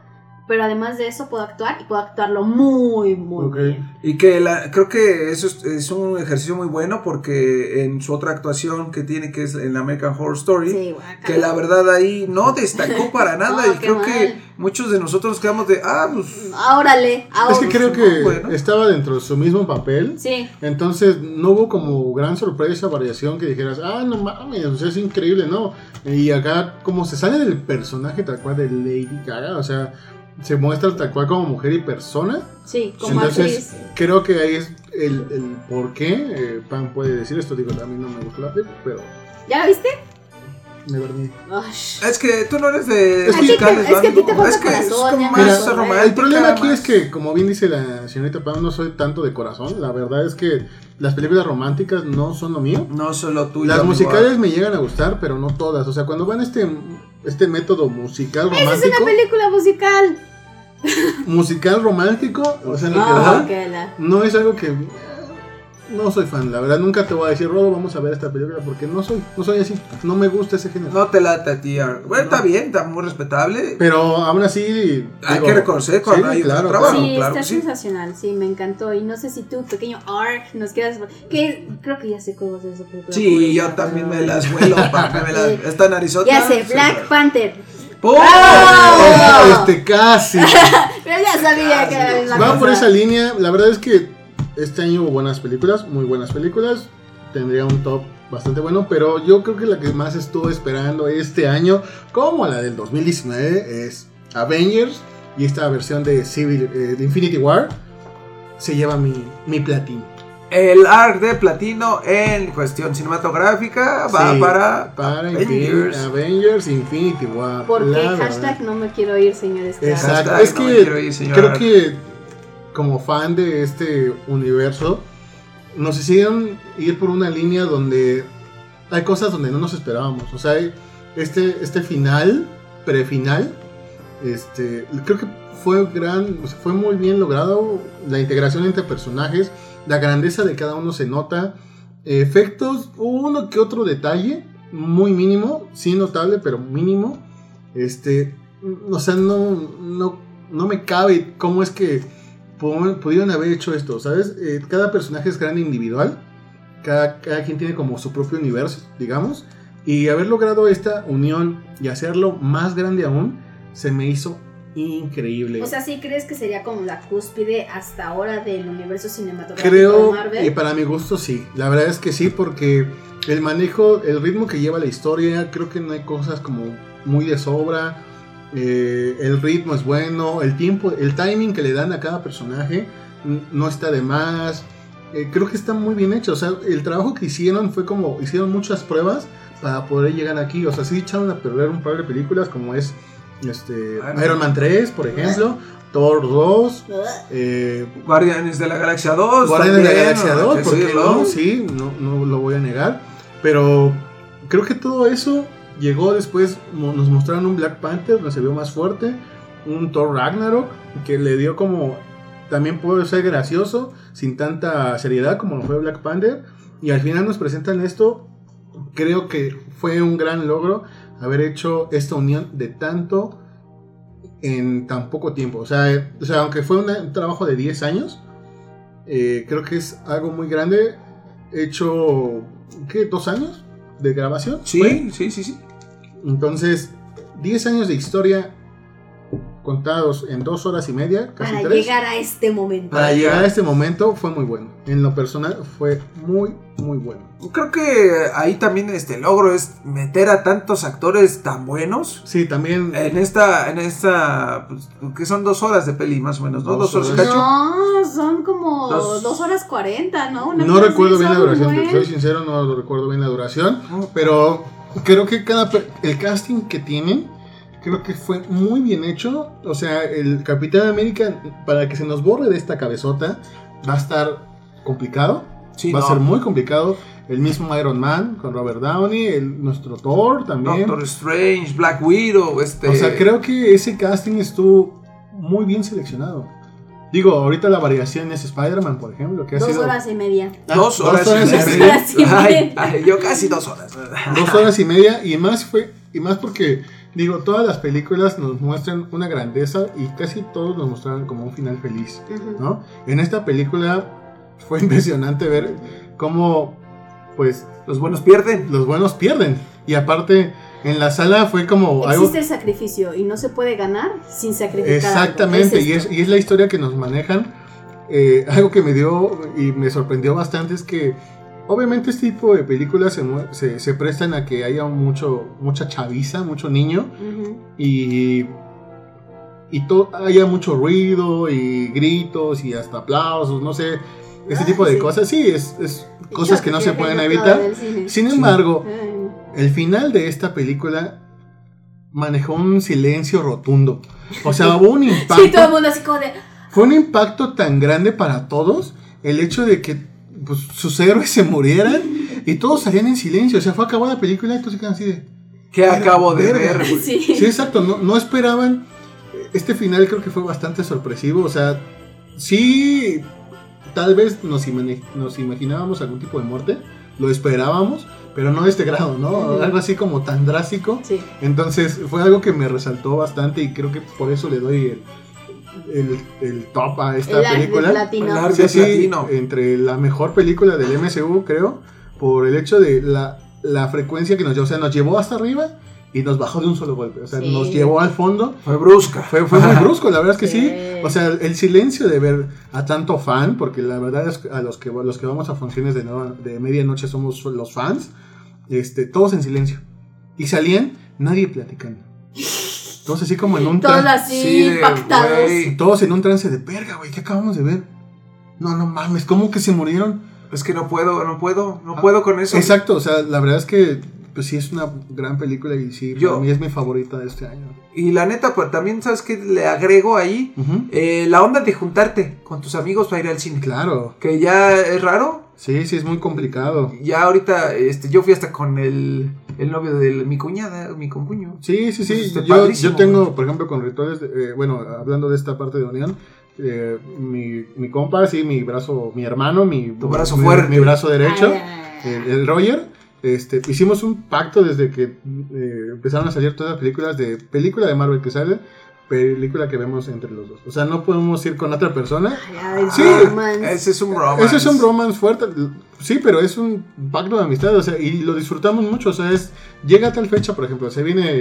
pero además de eso puedo actuar y puedo actuarlo muy, muy bien. Y que creo que eso es un ejercicio muy bueno porque en su otra actuación que tiene, que es en American Horror Story, Sí, que la verdad ahí no destacó para nada. No, y creo mal. que muchos de nosotros nos quedamos de, pues... Órale, Es que creo que bueno. estaba dentro de su mismo papel. Sí. Entonces no hubo como gran sorpresa, variación que dijeras, no mames, o sea, es increíble, ¿no? Y acá como se sale del personaje tal cual de Lady Gaga, o sea, se muestra tal cual como mujer y persona. Sí, como Entonces actriz. creo que ahí es el por qué. Pam puede decir esto, digo, a mí no me gustó la película, pero ¿Ya la viste? me dormí. Es que tú no eres de Es que- musicales, es que a ti te ¿no? falta Es que es corazón, como ya más Mira, romántica, el problema aquí más- es que, como bien dice la señorita Pam, no soy tanto de corazón. La verdad es que las películas románticas no son lo mío. No solo tuyo. Las amigo. musicales me llegan a gustar, pero no todas. O sea, cuando van este método musical Esa es romántico, una película musical. musical romántico, o sea, en lo que Ah, da, que la- no es algo que no soy fan. La verdad, nunca te voy a decir, Rodo, vamos a ver esta película, porque no soy así. No me gusta ese género. No te late a ti. Bueno, está bien, está muy respetable. Pero aún así, Hay digo, que reconocer cuando sí, hay claro, trabajo. Sí, claro está que sí. sensacional, sí, me encantó. Y no sé si tú, pequeño Ark, nos quieras... Que creo que ya sé cómo es esa película. Sí, yo también me las vuelo. Está en Arizona. Ya sé, Sí, Black Panther. ¡Oh! Casi. Pero ya sabía que era la misma Va cosa. por esa línea. La verdad es que este año hubo buenas películas, muy buenas películas. Tendría un top bastante bueno, pero yo creo que la que más estuve esperando este año, como la del 2019, es Avengers. Y esta versión de de Infinity War se lleva mi platino. El ARC de platino en cuestión cinematográfica va Sí, para Avengers Infinity War. Porque la hashtag verdad. no me quiero ir, señores. Exacto. Hashtag Es no me que quiero ir, señor. creo que como fan de este universo nos hicieron ir por una línea donde hay cosas donde no nos esperábamos. O sea, hay este final, prefinal, creo que fue muy bien logrado. La integración entre personajes, la grandeza de cada uno se nota. Efectos, uno que otro detalle, muy mínimo, sí notable, pero mínimo. O sea, no me cabe cómo es que pudieron haber hecho esto, ¿sabes? Cada personaje es grande individual. Cada quien tiene como su propio universo, digamos. Y haber logrado esta unión y hacerlo más grande aún, se me hizo increíble. O sea, ¿sí crees que sería como la cúspide hasta ahora del universo cinematográfico Creo, de Marvel? y para mi gusto sí, la verdad es que sí, porque el manejo, el ritmo que lleva la historia, creo que no hay cosas como muy de sobra. El ritmo es bueno, el tiempo, el timing que le dan a cada personaje no está de más. Creo que está muy bien hecho. O sea, el trabajo que hicieron fue como hicieron muchas pruebas para poder llegar aquí. O sea, sí echaron a perder un par de películas como es Iron Man 3, por ejemplo, Thor 2, Guardianes de la Galaxia 2. Guardianes de la también, Galaxia 2, hay que ¿por qué decirlo. no? Sí, no lo voy a negar. Pero creo que todo eso llegó después. Nos mostraron un Black Panther donde se vio más fuerte, un Thor Ragnarok que le dio como, también puede ser gracioso sin tanta seriedad como lo fue Black Panther, y al final nos presentan esto. Creo que fue un gran logro haber hecho esta unión de tanto en tan poco tiempo. O sea aunque fue un trabajo de 10 años, creo que es algo muy grande. Hecho, ¿qué? ¿2 años de grabación? Sí. Entonces, 10 años de historia contados en 2 horas y media, casi Para 3. llegar a este momento. Para llegar a este momento fue muy bueno. En lo personal fue muy, muy bueno. Creo que ahí también logro es meter a tantos actores tan buenos. Sí, también. En esta pues, que son 2 horas de peli más o menos, ¿no? 2 horas y cacho. No, son como Dos- 2 horas 40, ¿no? Una No cosa recuerdo así, bien la son duración, buen. soy sincero, no lo recuerdo bien la duración. Pero creo que el casting que tienen, creo que fue muy bien hecho. O sea, el Capitán América, para que se nos borre de esta cabezota, va a estar complicado. Sí, Va a no. ser muy complicado. El mismo Iron Man con Robert Downey, nuestro Thor también. Doctor Strange, Black Widow, O sea, creo que ese casting estuvo muy bien seleccionado. Digo, ahorita la variación es Spider-Man, por ejemplo, que ha 2 sido horas y media. 2 horas, horas y y media. media. Ay, yo casi 2 horas. 2 horas y media, y más porque Digo, todas las películas nos muestran una grandeza y casi todos nos mostraron como un final feliz, ¿no? En esta película fue impresionante ver cómo, pues, los buenos pierden. Los buenos pierden. Y aparte, en la sala fue como existe el sacrificio y no se puede ganar sin sacrificar. Exactamente, y es la historia que nos manejan. Algo que me dio y me sorprendió bastante es que obviamente este tipo de películas se prestan a que haya mucha chaviza, mucho niño, y haya mucho ruido y gritos y hasta aplausos, no sé, ese tipo de cosas. Sí, es cosas que no se pueden evitar. Sin embargo, el final de esta película manejó un silencio rotundo. O sea, hubo un impacto. Sí, todo el mundo así como de... Fue un impacto tan grande para todos el hecho de que pues, sus héroes se murieran y todos salían en silencio. O sea, fue acabada la película y todos se quedan así de... ¿Qué acabo de ver? Sí, exacto. No esperaban. Este final creo que fue bastante sorpresivo. O sea, sí, tal vez nos imaginábamos algún tipo de muerte. Lo esperábamos, pero no de este grado, ¿no? Algo así como tan drástico. Sí. Entonces fue algo que me resaltó bastante y creo que por eso le doy el top a esta película. Platino. Entre la mejor película del MCU, creo, por el hecho de la frecuencia que nos llevó. O sea, nos llevó hasta arriba y nos bajó de un solo golpe. O sea, nos llevó al fondo. Fue brusca. Fue muy brusco, la verdad es que sí. O sea, el silencio de ver a tanto fan, porque la verdad es que a los que vamos a funciones de medianoche somos los fans, todos en silencio. Y salían nadie platicando. Todos así como en un trance. Todos así impactados. Todos en un trance de verga, güey, ¿qué acabamos de ver? No mames, ¿cómo que se murieron? Es que no puedo con eso. Exacto, o sea, la verdad es que pues sí es una gran película y sí, para mí es mi favorita de este año. Y la neta, pues también, ¿sabes qué? Le agrego ahí la onda de juntarte con tus amigos para ir al cine. Claro. Que ya es raro. Sí, es muy complicado. Ya ahorita, yo fui hasta con el novio de mi cuñada, mi concuño. Sí. Yo tengo, por ejemplo, con rituales, hablando de esta parte de unión, mi compa, sí, mi hermano, tu brazo fuerte. Mi brazo derecho, el Roger. Hicimos un pacto desde que empezaron a salir todas las película de Marvel que sale, película que vemos entre los dos. O sea, no podemos ir con otra persona. Sí, ese es un romance. Ese es un romance fuerte. Sí, pero es un pacto de amistad, o sea, y lo disfrutamos mucho. O sea, llega a tal fecha, por ejemplo,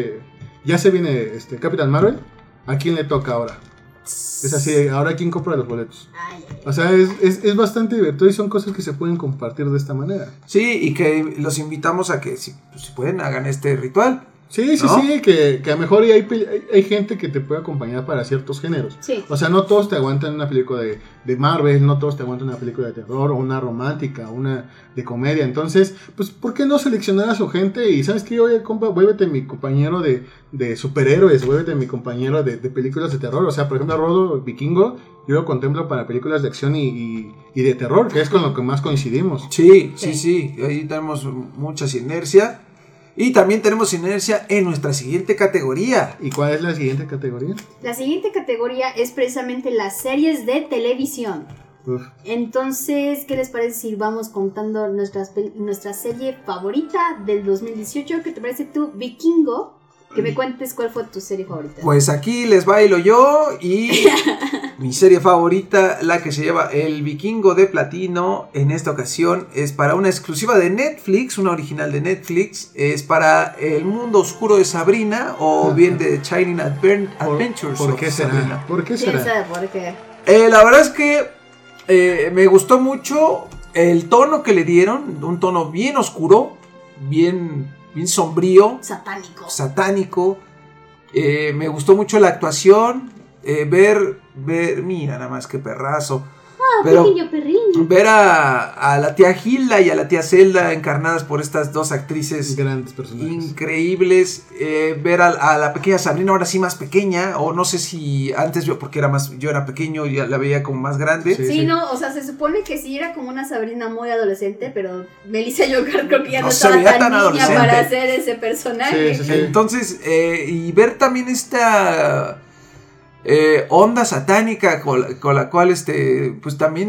ya se viene Capitán Marvel. ¿A quién le toca ahora? Es así, ahora quién compra los boletos. O sea, es bastante divertido y son cosas que se pueden compartir de esta manera. Sí, y que los invitamos a que si pueden hagan este ritual. Sí, que a lo mejor hay gente que te puede acompañar para ciertos géneros. Sí. O sea, no todos te aguantan una película de Marvel, no todos te aguantan una película de terror, o una romántica, una de comedia. Entonces, pues, ¿por qué no seleccionar a su gente? Y ¿sabes qué? Oye, compa, vuélvete mi compañero de superhéroes, vuélvete mi compañero de películas de terror. O sea, por ejemplo, Rodo Vikingo, yo lo contemplo para películas de acción y de terror, que es con lo que más coincidimos. Sí. Ahí tenemos mucha sinergia. Y también tenemos inercia en nuestra siguiente categoría. ¿Y cuál es la siguiente categoría? La siguiente categoría es precisamente las series de televisión. Uf. Entonces, ¿qué les parece si vamos contando nuestra serie favorita del 2018? ¿Qué te parece tú, Vikingo? Que me cuentes cuál fue tu serie favorita. Pues aquí les bailo yo y mi serie favorita, la que se lleva el Vikingo de Platino, en esta ocasión es para una exclusiva de Netflix, una original de Netflix, es para El Mundo Oscuro de Sabrina o bien de Shining Adventures. ¿Por qué será? Sabrina. ¿Por qué será? ¿Quién sabe por qué? La verdad es que me gustó mucho el tono que le dieron, un tono bien oscuro, bien sombrío, satánico. Me gustó mucho la actuación, ver, mira nada más que perrazo. Pequeño perrín. Ver a la tía Hilda y a la tía Zelda encarnadas por estas dos actrices grandes personajes increíbles. Ver a la pequeña Sabrina ahora sí más pequeña, o no sé si antes yo era pequeño y la veía como más grande. Sí, no, o sea, se supone que sí era como una Sabrina muy adolescente, pero Melissa Joan Hart creo que ya no estaba tan niña para hacer ese personaje. Sí. Entonces, y ver también esta onda satánica con la cual pues también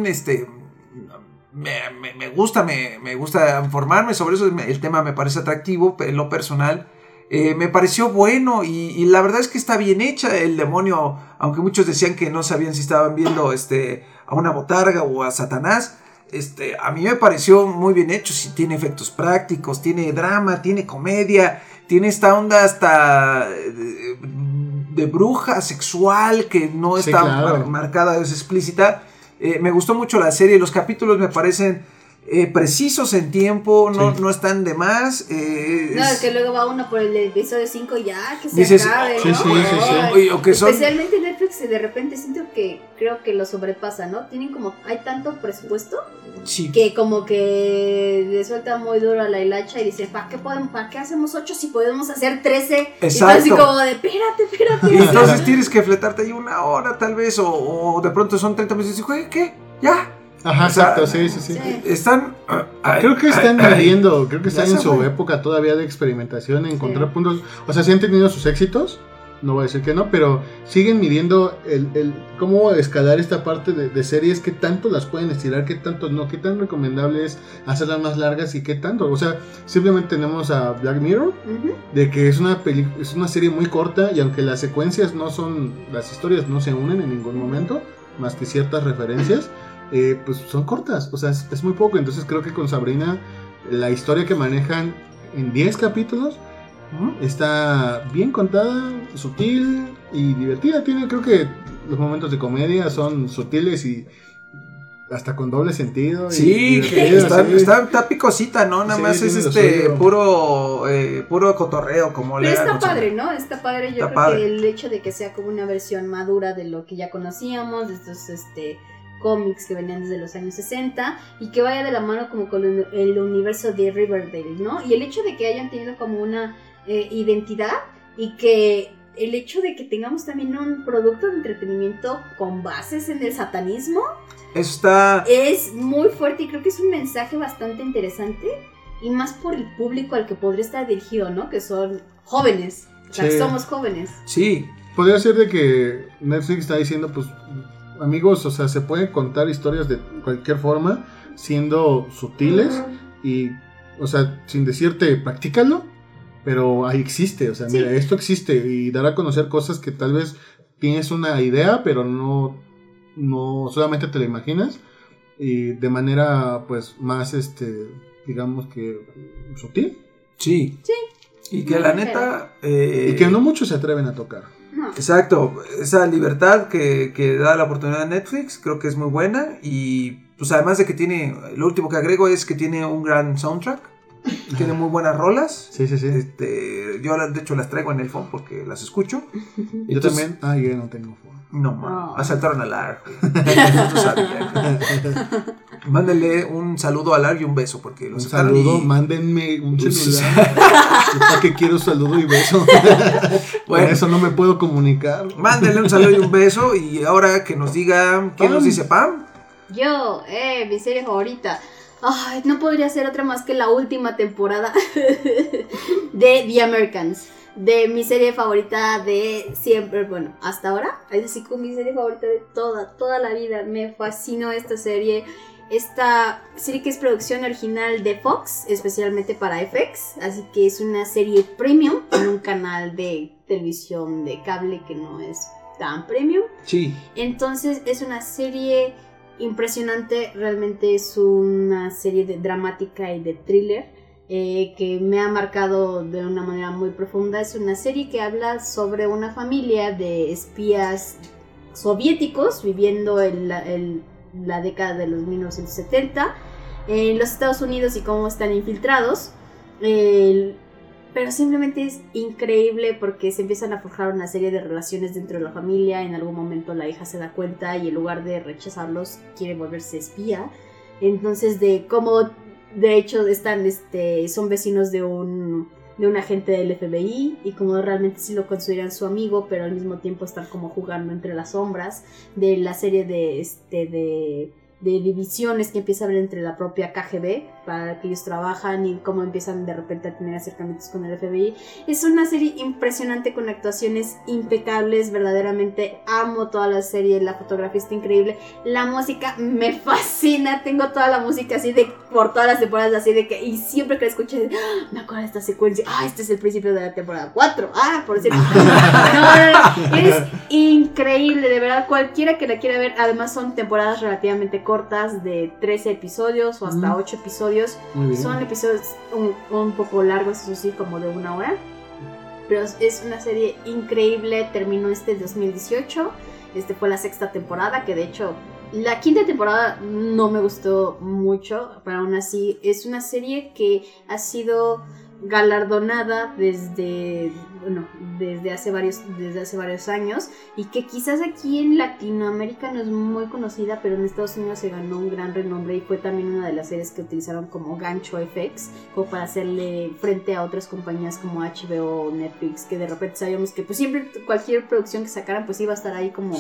me gusta informarme sobre eso. El tema me parece atractivo en lo personal. Me pareció bueno y la verdad es que está bien hecha. El demonio, aunque muchos decían que no sabían si estaban viendo a una botarga o a Satanás, a mí me pareció muy bien hecho. Sí, tiene efectos prácticos, tiene drama, tiene comedia, tiene esta onda hasta de bruja sexual que no está claro. marcada, es explícita. Me gustó mucho la serie, los capítulos me parecen precisos en tiempo, no están de más. Es que luego va uno por el episodio 5 y ya, que se dices, acabe, sí, ¿no? sí. O que especialmente Netflix, de repente siento que creo que lo sobrepasa, ¿no? Tienen como, hay tanto presupuesto sí. que como que le suelta muy duro a la hilacha y dicen, ¿para qué hacemos 8 si podemos hacer 13? Exacto. Y así como de, espérate. Y entonces tienes que fletarte ahí una hora tal vez, o de pronto son 30 minutos y dices, ¿qué? ¿Ya? Ajá, exacto, sí. Están... creo que están midiendo, creo que están en su época todavía de experimentación, encontrar puntos. O sea, sí han tenido sus éxitos, no voy a decir que no, pero siguen midiendo el cómo escalar esta parte de series, qué tanto las pueden estirar, qué tanto no, qué tan recomendable es hacerlas más largas y qué tanto. O sea, simplemente tenemos a Black Mirror, de que es una serie muy corta y aunque las secuencias las historias no se unen en ningún momento, más que ciertas referencias, pues son cortas, o sea, es muy poco. Entonces creo que con Sabrina la historia que manejan en 10 capítulos está bien contada, sutil y divertida. Creo que los momentos de comedia son sutiles y hasta con doble sentido. Sí, que está picosita, ¿no? Nada más es puro cotorreo, como pero le está padre, ¿no? Está padre, yo creo padre. que el hecho de que sea como una versión madura de lo que ya conocíamos, de estos cómics que venían desde los años 60 y que vaya de la mano como con el universo de Riverdale, ¿no? Y el hecho de que hayan tenido como una identidad y que el hecho de que tengamos también un producto de entretenimiento con bases en el satanismo es muy fuerte y creo que es un mensaje bastante interesante y más por el público al que podría estar dirigido, ¿no? Que son jóvenes, o sea, somos jóvenes. Sí. Podría ser de que Netflix está diciendo, pues, amigos, o sea, se pueden contar historias de cualquier forma, siendo sutiles y, o sea, sin decirte, practícalo, pero ahí existe, o sea, mira, esto existe y dar a conocer cosas que tal vez tienes una idea, pero no solamente te la imaginas y de manera, pues, más, digamos que sutil. Sí. Y que la neta... y que no muchos se atreven a tocar. No. Exacto, esa libertad que da la oportunidad de Netflix creo que es muy buena y pues además de que tiene, lo último que agrego es que tiene un gran soundtrack, tiene muy buenas rolas. Sí. Yo de hecho las traigo en el phone porque las escucho. Yo también, yo no tengo phone. No, asaltaron a Larg. No sabía. Mándenle un saludo a Larg y un beso porque los saludo, mándenme un celular. ¿Para qué quiero saludo y beso? Bueno, eso no me puedo comunicar. Mándenle un saludo y un beso y ahora que nos diga, ¿quién nos dice Pam? Yo, mi serie favorita. Ay, no podría ser otra más que la última temporada de The Americans. De mi serie favorita de siempre, bueno, hasta ahora. Es decir, con mi serie favorita de toda la vida. Me fascinó esta serie. Esta serie que es producción original de Fox, especialmente para FX. Así que es una serie premium en un canal de televisión de cable que no es tan premium. Sí. Entonces es una serie impresionante. Realmente es una serie dramática y de thriller. Que me ha marcado de una manera muy profunda. Es una serie que habla sobre una familia de espías soviéticos viviendo en la década de los 1970 en los Estados Unidos y cómo están infiltrados. Pero simplemente es increíble porque se empiezan a forjar una serie de relaciones dentro de la familia. En algún momento la hija se da cuenta y en lugar de rechazarlos quiere volverse espía. Entonces de cómo de hecho son vecinos de un agente del FBI y como realmente sí lo consideran su amigo, pero al mismo tiempo están como jugando entre las sombras de la serie de divisiones que empieza a haber entre la propia KGB, para que ellos trabajan y cómo empiezan de repente a tener acercamientos con el FBI. Es una serie impresionante con actuaciones impecables, verdaderamente amo toda la serie, la fotografía está increíble, la música me fascina, tengo toda la música así de por todas las temporadas, así de que, y siempre que la escucho me acuerdo de esta secuencia, este es el principio de la temporada 4, por cierto, no, es increíble, de verdad, cualquiera que la quiera ver. Además son temporadas relativamente cortas, de 13 episodios o hasta 8 episodios. Son episodios un poco largos, eso sí, como de 1 hora. Pero es una serie increíble. Terminó 2018. Fue la 6ª temporada, que de hecho la 5ª temporada no me gustó mucho, pero aún así es una serie que ha sido galardonada desde hace varios años, y que quizás aquí en Latinoamérica no es muy conocida, pero en Estados Unidos se ganó un gran renombre y fue también una de las series que utilizaron como gancho FX, como para hacerle frente a otras compañías como HBO o Netflix, que de repente sabíamos que pues siempre cualquier producción que sacaran pues iba a estar ahí como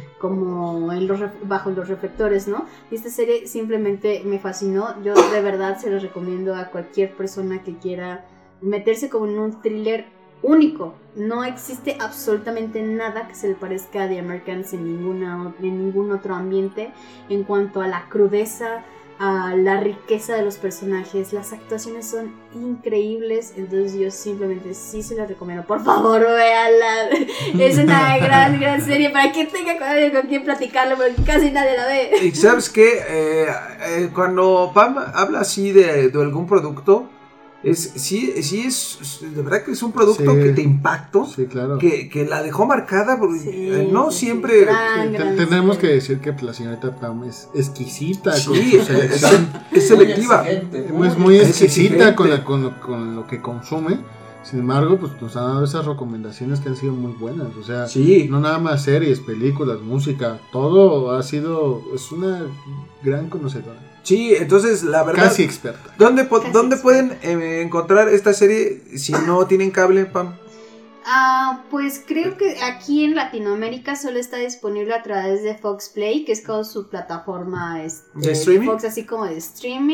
bajo los reflectores, ¿no? Y esta serie simplemente me fascinó. Yo de verdad se los recomiendo a cualquier persona que quiera meterse como en un thriller único. No existe absolutamente nada que se le parezca a The Americans en ningún otro ambiente, en cuanto a la crudeza, a la riqueza de los personajes. Las actuaciones son increíbles, entonces yo simplemente sí se las recomiendo. Por favor, véanla. Es una gran serie para que tenga con quien platicarlo, porque casi nadie la ve. Y sabes que cuando Pam habla así de algún producto, sí es de verdad que es un producto que te impactó, claro. que la dejó marcada, porque no siempre tenemos que decir que la señorita Pam es exquisita, con su selección, es selectiva, es muy exquisita con lo que consume. Sin embargo, pues nos han dado esas recomendaciones que han sido muy buenas, o sea, no nada más series, películas, música, todo es una gran conocedora. Sí, entonces la verdad, casi experta. ¿Dónde pueden encontrar esta serie si no tienen cable, Pam? Pues creo que aquí en Latinoamérica solo está disponible a través de Fox Play, que es como su plataforma ¿de streaming? Fox, así como de streaming.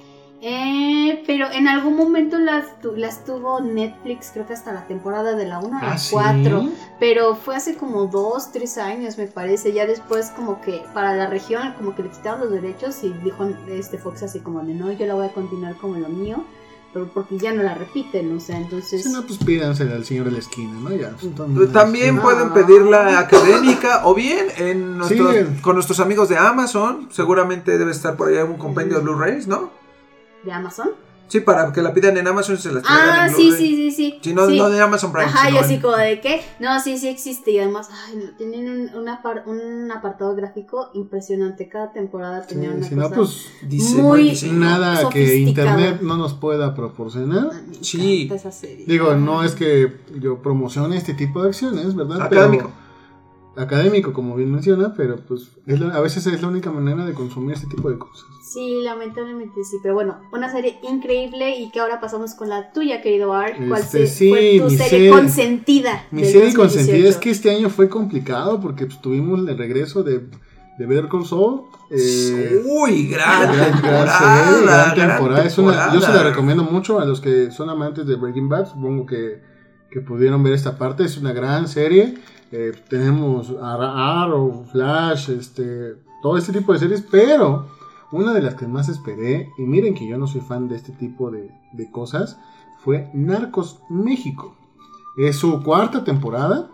Pero en algún momento las tuvo Netflix, creo que hasta la temporada de la 1 a la 4, ¿sí? Pero fue hace como 2-3 años me parece. Ya después como que para la región como que le quitaron los derechos y dijo Fox así como de no, yo la voy a continuar como lo mío, pero porque ya no la repiten, o sea, entonces... Si no, pues pídansela al señor de la esquina, ¿no? Ya, también pueden pedirla académica, o bien con nuestros amigos de Amazon, seguramente debe estar por ahí un compendio de Blu-rays, ¿no? ¿De Amazon? Sí, para que la pidan en Amazon se las traigan en Blu-ray. Sí. Si no de Amazon Prime. Ajá, yo así como de ¿qué? No, sí existe. Y además, tienen un apartado gráfico impresionante. Cada temporada tenía una cosa pues, muy nada que internet no nos pueda proporcionar. Sí. Esa serie. Digo, no es que yo promocione este tipo de acciones, ¿verdad? Académico, como bien menciona, pero pues a veces es la única manera de consumir este tipo de cosas. Sí, lamentablemente sí, pero bueno, una serie increíble. Y que ahora pasamos con la tuya, querido Art. ¿Cuál fue tu serie consentida? Mi serie consentida es que este año fue complicado porque pues, tuvimos el regreso de Better Call Saul. Uy, gran temporada. Yo se la recomiendo mucho a los que son amantes de Breaking Bad. Supongo que pudieron ver esta parte. Es una gran serie. Tenemos Arrow, Flash, todo este tipo de series, pero una de las que más esperé, y miren que yo no soy fan de este tipo de cosas, fue Narcos México. Es su 4ª temporada.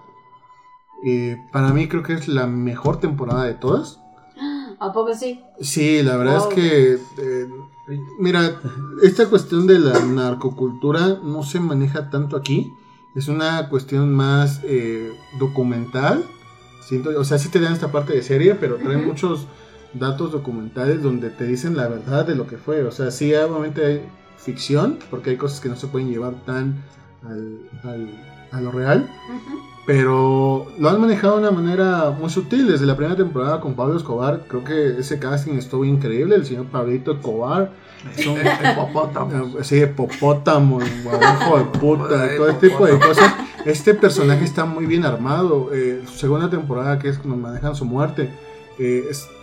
Para mí creo que es la mejor temporada de todas. ¿A poco sí? Sí, la verdad es que mira, esta cuestión de la narcocultura no se maneja tanto aquí. Es una cuestión más documental. O sea, sí te dan esta parte de serie, pero traen muchos datos documentales donde te dicen la verdad de lo que fue. O sea, sí, obviamente hay ficción, porque hay cosas que no se pueden llevar tan a lo real. Pero lo han manejado de una manera muy sutil. Desde la primera temporada con Pablo Escobar, creo que ese casting estuvo increíble. El señor Pablito Escobar, hipopótamo, hijo de puta, todo este tipo de cosas. Este personaje está muy bien armado. Su segunda temporada, que es cuando manejan su muerte,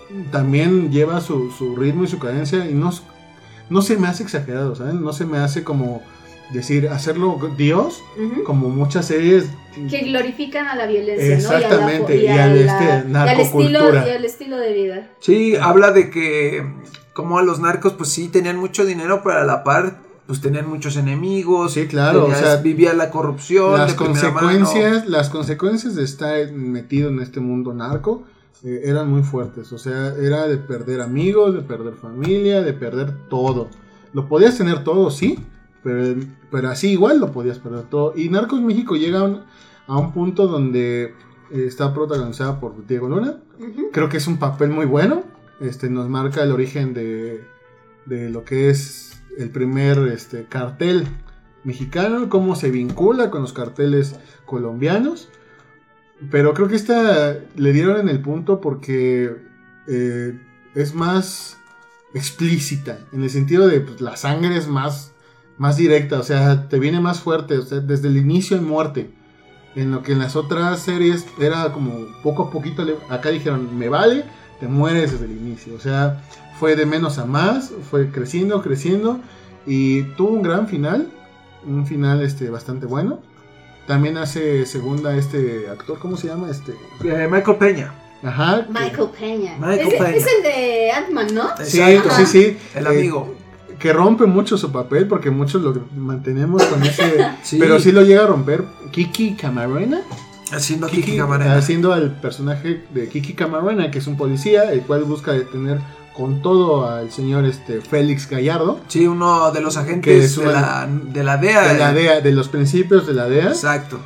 también lleva su ritmo y su cadencia y no se me hace exagerado, ¿sabes? No se me hace como decir, hacerlo Dios, como muchas series que glorifican a la violencia, exactamente, ¿no? y al narcocultura. Y al estilo de vida. Sí, habla de que como a los narcos pues sí tenían mucho dinero, pero a la par pues tenían muchos enemigos. Sí, claro, o sea, vivía la corrupción. Las consecuencias de estar metido en este mundo narco eran muy fuertes, o sea, era de perder amigos, de perder familia, de perder todo. Lo podías tener todo, sí, pero así igual lo podías perder todo. Y Narcos México llega a un punto donde está protagonizada por Diego Luna. Creo que es un papel muy bueno. Nos marca el origen de lo que es el primer cartel mexicano, cómo se vincula con los carteles colombianos. Pero creo que esta le dieron en el punto porque es más explícita, en el sentido de pues, la sangre es más directa, o sea, te viene más fuerte, o sea, desde el inicio hay muerte. En lo que en las otras series era como poco a poquito, acá dijeron, me vale, te mueres desde el inicio. O sea, fue de menos a más, fue creciendo, y tuvo un gran final, un final bastante bueno. También hace segunda actor, ¿cómo se llama? Michael Peña. Ajá. Michael Peña. Michael Peña. Es el de Ant-Man, ¿no? Sí. El amigo. Que rompe mucho su papel, porque muchos lo mantenemos con ese... Sí. Pero sí lo llega a romper Kiki Camarena. Haciendo Kiki Camarena. Haciendo al personaje de Kiki Camarena, que es un policía, el cual busca detener con todo al señor Félix Gallardo. Sí, uno de los agentes de la DEA. De la DEA, de los principios de la DEA. Exacto.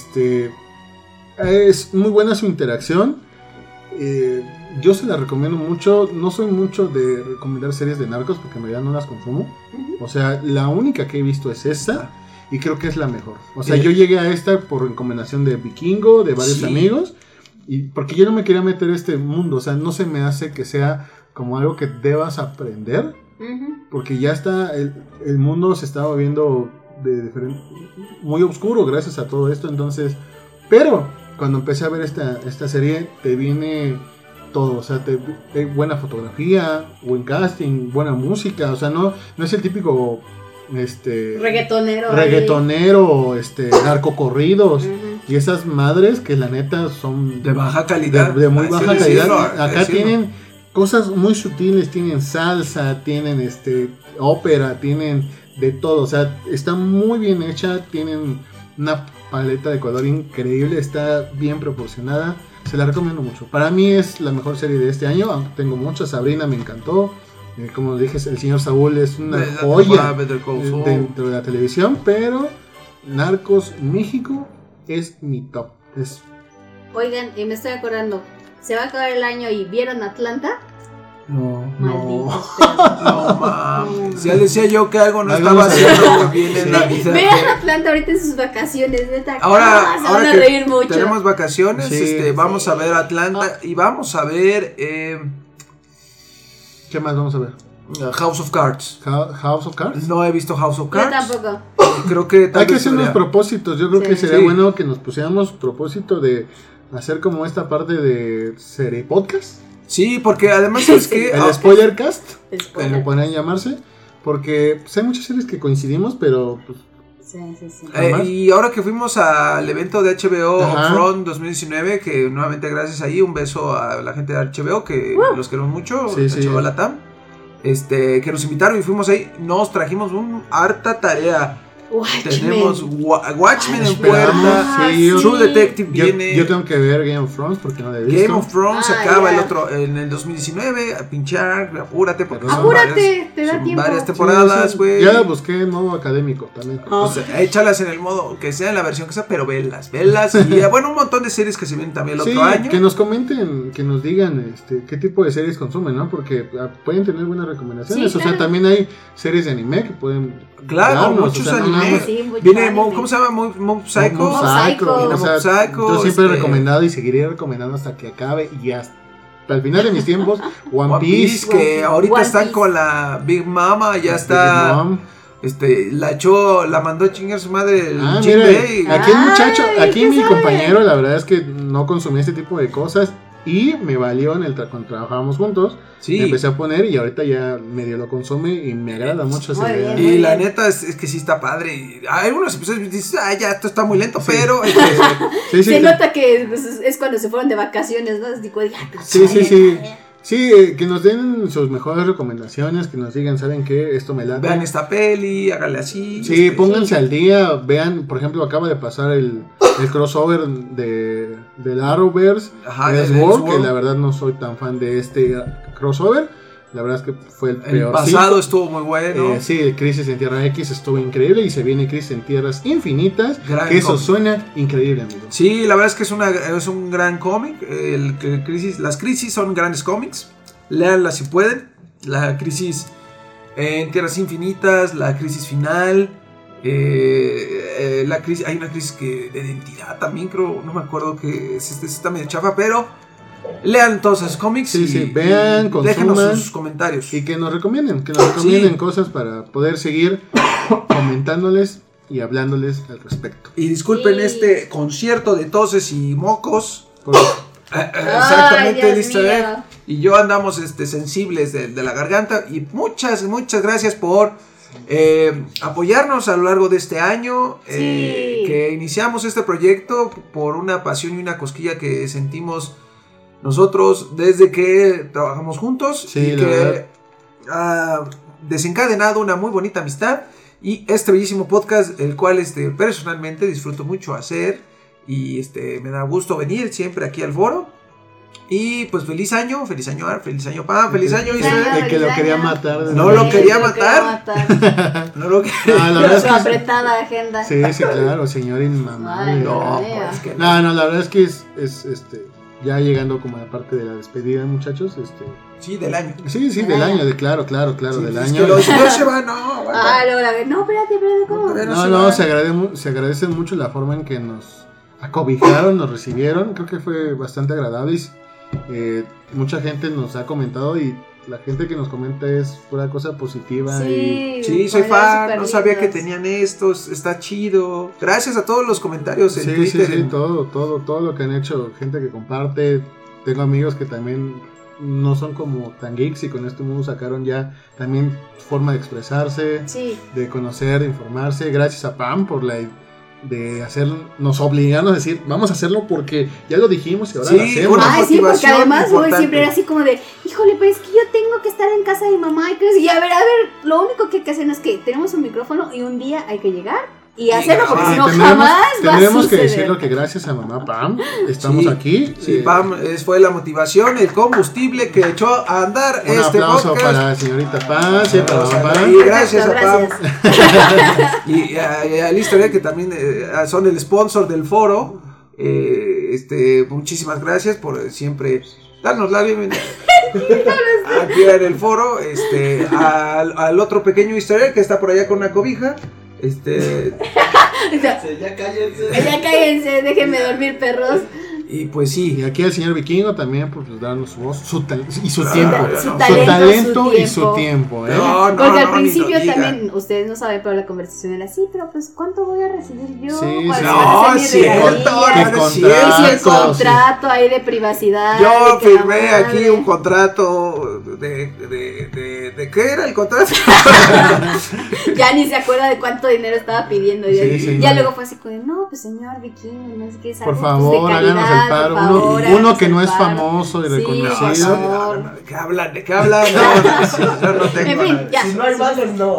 Es muy buena su interacción. Yo se la recomiendo mucho. No soy mucho de recomendar series de narcos porque en realidad no las consumo. O sea, la única que he visto es esta y creo que es la mejor. O sea, yo llegué a esta por recomendación de Vikingo, de varios amigos, y porque yo no me quería meter a este mundo. O sea, no se me hace que sea como algo que debas aprender, porque ya está, el mundo se está volviendo muy oscuro gracias a todo esto. Entonces, pero cuando empecé a ver esta serie, te viene todo, o sea, buena fotografía, buen casting, buena música, o sea, no es el típico reggaetonero, narcocorridos y esas madres que la neta son de baja calidad, de muy baja calidad. Acá tienen cosas muy sutiles, tienen salsa, tienen ópera, tienen de todo, o sea, está muy bien hecha, tienen una paleta de color increíble, está bien proporcionada. Se la recomiendo mucho. Para mí es la mejor serie de este año, aunque tengo muchas. Sabrina me encantó. Como dije, el señor Saúl es una joya dentro de la televisión. Pero Narcos México es mi top. Oigan, me estoy acordando. Se va a acabar el año y ¿vieron Atlanta? No. No mames. Ya decía yo que algo no estaba haciendo bien en la vida. Vean Atlanta ahorita en sus vacaciones, neta. Ahora se van a reír mucho. Tenemos vacaciones, vamos a ver Atlanta y vamos a ver ¿qué más vamos a ver? House of Cards. House of Cards. No he visto House of Cards. Yo tampoco. Creo que hay que hacer unos propósitos. Yo creo que sería bueno que nos pusiéramos propósito de hacer como esta parte de serie podcast. Sí, porque además es que el Spoilercast, como podrían llamarse, porque pues, hay muchas series que coincidimos, pero pues, sí. Y ahora que fuimos al evento de HBO Upfront 2019, que nuevamente gracias ahí, un beso a la gente de HBO, que los queremos mucho, HBO Latam, que nos invitaron y fuimos ahí, nos trajimos harta tarea. Tenemos Watchmen en puerta. True Detective viene. Yo tengo que ver Game of Thrones porque no la he visto. Game of Thrones acaba en el 2019. A pinchar, apúrate porque te da tiempo. Varias temporadas, güey. Ya la busqué en modo académico también. O sea, échalas en el modo que sea en la versión que sea, pero velas. Y bueno, un montón de series que se vienen también el otro año. Que nos comenten, que nos digan qué tipo de series consumen, ¿no? Porque pueden tener buenas recomendaciones. Sí, o sea, también hay series de anime que pueden. Claro, muchos animes. Viene ¿cómo se llama? Mob Psycho. Mob Psycho. Yo siempre he recomendado y seguiré recomendando hasta que acabe y hasta el final de mis tiempos. One Piece, que ahorita están con la Big Mama, ya está. La mandó a chingar su madre el mira, aquí el muchacho, aquí mi compañero, la verdad es que no consumía este tipo de cosas. y me valió cuando trabajábamos juntos. Sí. Me empecé a poner y ahorita ya medio lo consume y me agrada mucho ese Muy video. bien. Y la neta es que sí está padre. Y hay unos episodios que dices, ya, esto está muy lento, pero... Se nota que pues, es cuando se fueron de vacaciones, ¿no? Digo, sí. Sí, que nos den sus mejores recomendaciones, que nos digan, ¿saben qué? Esto me late. Vean esta peli, háganle así. Sí, pónganse al día, vean, por ejemplo, acaba de pasar el crossover del Arrowverse, Elseworld, que la verdad no soy tan fan de este crossover. La verdad es que fue el peor. El pasado estuvo muy bueno. Sí, Crisis en Tierra X estuvo increíble y se viene Crisis en Tierras Infinitas. Que eso suena increíble, amigo. Sí, la verdad es que es un gran cómic. Las crisis son grandes cómics. Léanlas si pueden. La crisis en Tierras Infinitas, la crisis final. Hay una crisis de identidad también, creo. No me acuerdo que está medio chafa, pero. Lean todos esos cómics vean, consuman, déjenos sus comentarios. Y que nos recomienden cosas para poder seguir comentándoles y hablándoles al respecto. Y disculpen este concierto de toses y mocos. Exactamente, el easter egg. Y yo andamos sensibles de la garganta. Y muchas gracias por apoyarnos a lo largo de este año. Que iniciamos este proyecto por una pasión y una cosquilla que sentimos nosotros desde que trabajamos juntos, y que ha desencadenado una muy bonita amistad y este bellísimo podcast, el cual personalmente disfruto mucho hacer, y me da gusto venir siempre aquí al foro. Y pues feliz año Pam, feliz año Isabel. De que lo quería matar. No lo quería matar. No lo quería. La verdad es que apretada agenda. Sí, claro, señor inmamable. No, la verdad es que es ya llegando como a la parte de la despedida, muchachos, Sí, del año. Sí, del año, claro, del año. Que los no se van, no. Espérate, ¿cómo? Se agradece mucho la forma en que nos acobijaron, nos recibieron. Creo que fue bastante agradable. Mucha gente nos ha comentado y la gente que nos comenta es pura cosa positiva. Sí, soy fan, no sabía que tenían estos, está chido. Gracias a todos los comentarios en Twitter. Sí, todo lo que han hecho, gente que comparte. Tengo amigos que también no son como tan geeks y con este mundo sacaron ya también forma de expresarse, de conocer, de informarse. Gracias a Pam por nos obligaron a decir, vamos a hacerlo porque ya lo dijimos y ahora lo hacemos. Sí, porque además siempre era así como de, híjole, pero es que yo tengo que estar en casa de mi mamá y a ver, lo único que hay que hacer es que tenemos un micrófono y un día hay que llegar y hacerlo, porque si no jamás va a suceder. Tenemos que decirlo que gracias a mamá Pam estamos aquí. Sí, Pam fue la motivación, el combustible que echó a andar este podcast. Un aplauso para la señorita Pam, para Pam. Y gracias a Pam. Y a Lister, que también son el sponsor del foro. Muchísimas gracias por siempre darnos la bienvenida aquí en el foro. Al otro pequeño easter egg que está por allá con una cobija. Ya cállense, déjenme dormir, perros. Y pues sí. Y aquí el señor Vikingo también, pues darnos su voz y su tiempo. Su talento y su tiempo. Porque al principio también, ustedes no saben, pero la conversación era así, pero pues ¿cuánto voy a recibir yo? El contrato ahí de privacidad. Yo firmé aquí un contrato de ¿qué era el contrato? Ya ni se acuerda de cuánto dinero estaba pidiendo. Ya luego fue así como, no, pues señor Vikingo, no sé qué, por favor, háganos el paro. Uno que no es famoso y reconocido. ¿De qué hablan? Yo no tengo. En fin, ya. Si no hay balas, no,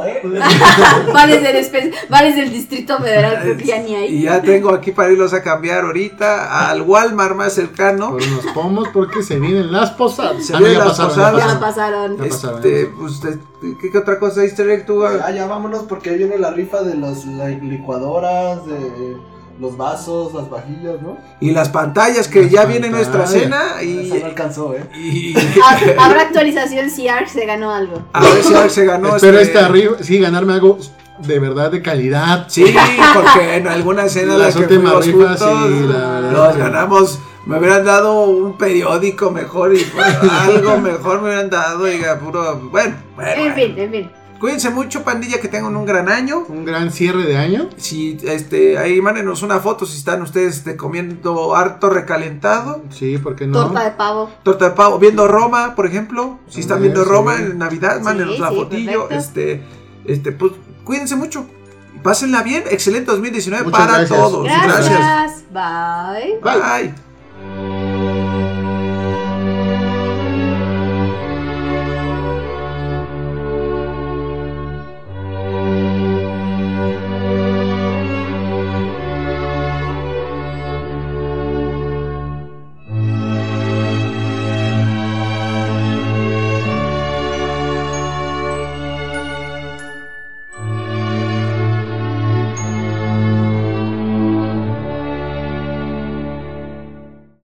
Vales del Distrito Federal, creo que ya ni hay. Y ya tengo aquí para irlos a cambiar ahorita al Walmart más cercano. Por unos pomos porque se vienen las posadas. Ya pasaron. ¿Qué otra cosa, easter egg tú? Ya vámonos porque ahí viene la rifa de las licuadoras, de los vasos, las vajillas, ¿no? Y las pantallas que ya viene nuestra cena. Y esa no alcanzó, Habrá actualización si Ark se ganó algo. A ver si Ark se ganó. Espero arriba, sí, ganarme algo de verdad de calidad. Sí, porque en alguna cena las últimas rifas los ganamos. Me hubieran dado un periódico mejor y algo mejor me hubieran dado, puro. Bueno. En fin. Cuídense mucho, pandilla, que tengan un gran año. Un gran cierre de año. Si ahí mándenos una foto si están ustedes comiendo harto recalentado. Sí, ¿por qué no? Torta de pavo. Viendo Roma, por ejemplo. Si están viendo Roma en Navidad, mándenos la fotillo. Perfecto. Pues cuídense mucho. Pásenla bien. Excelente 2019 Muchas para gracias. todos. Gracias. Bye. Bye.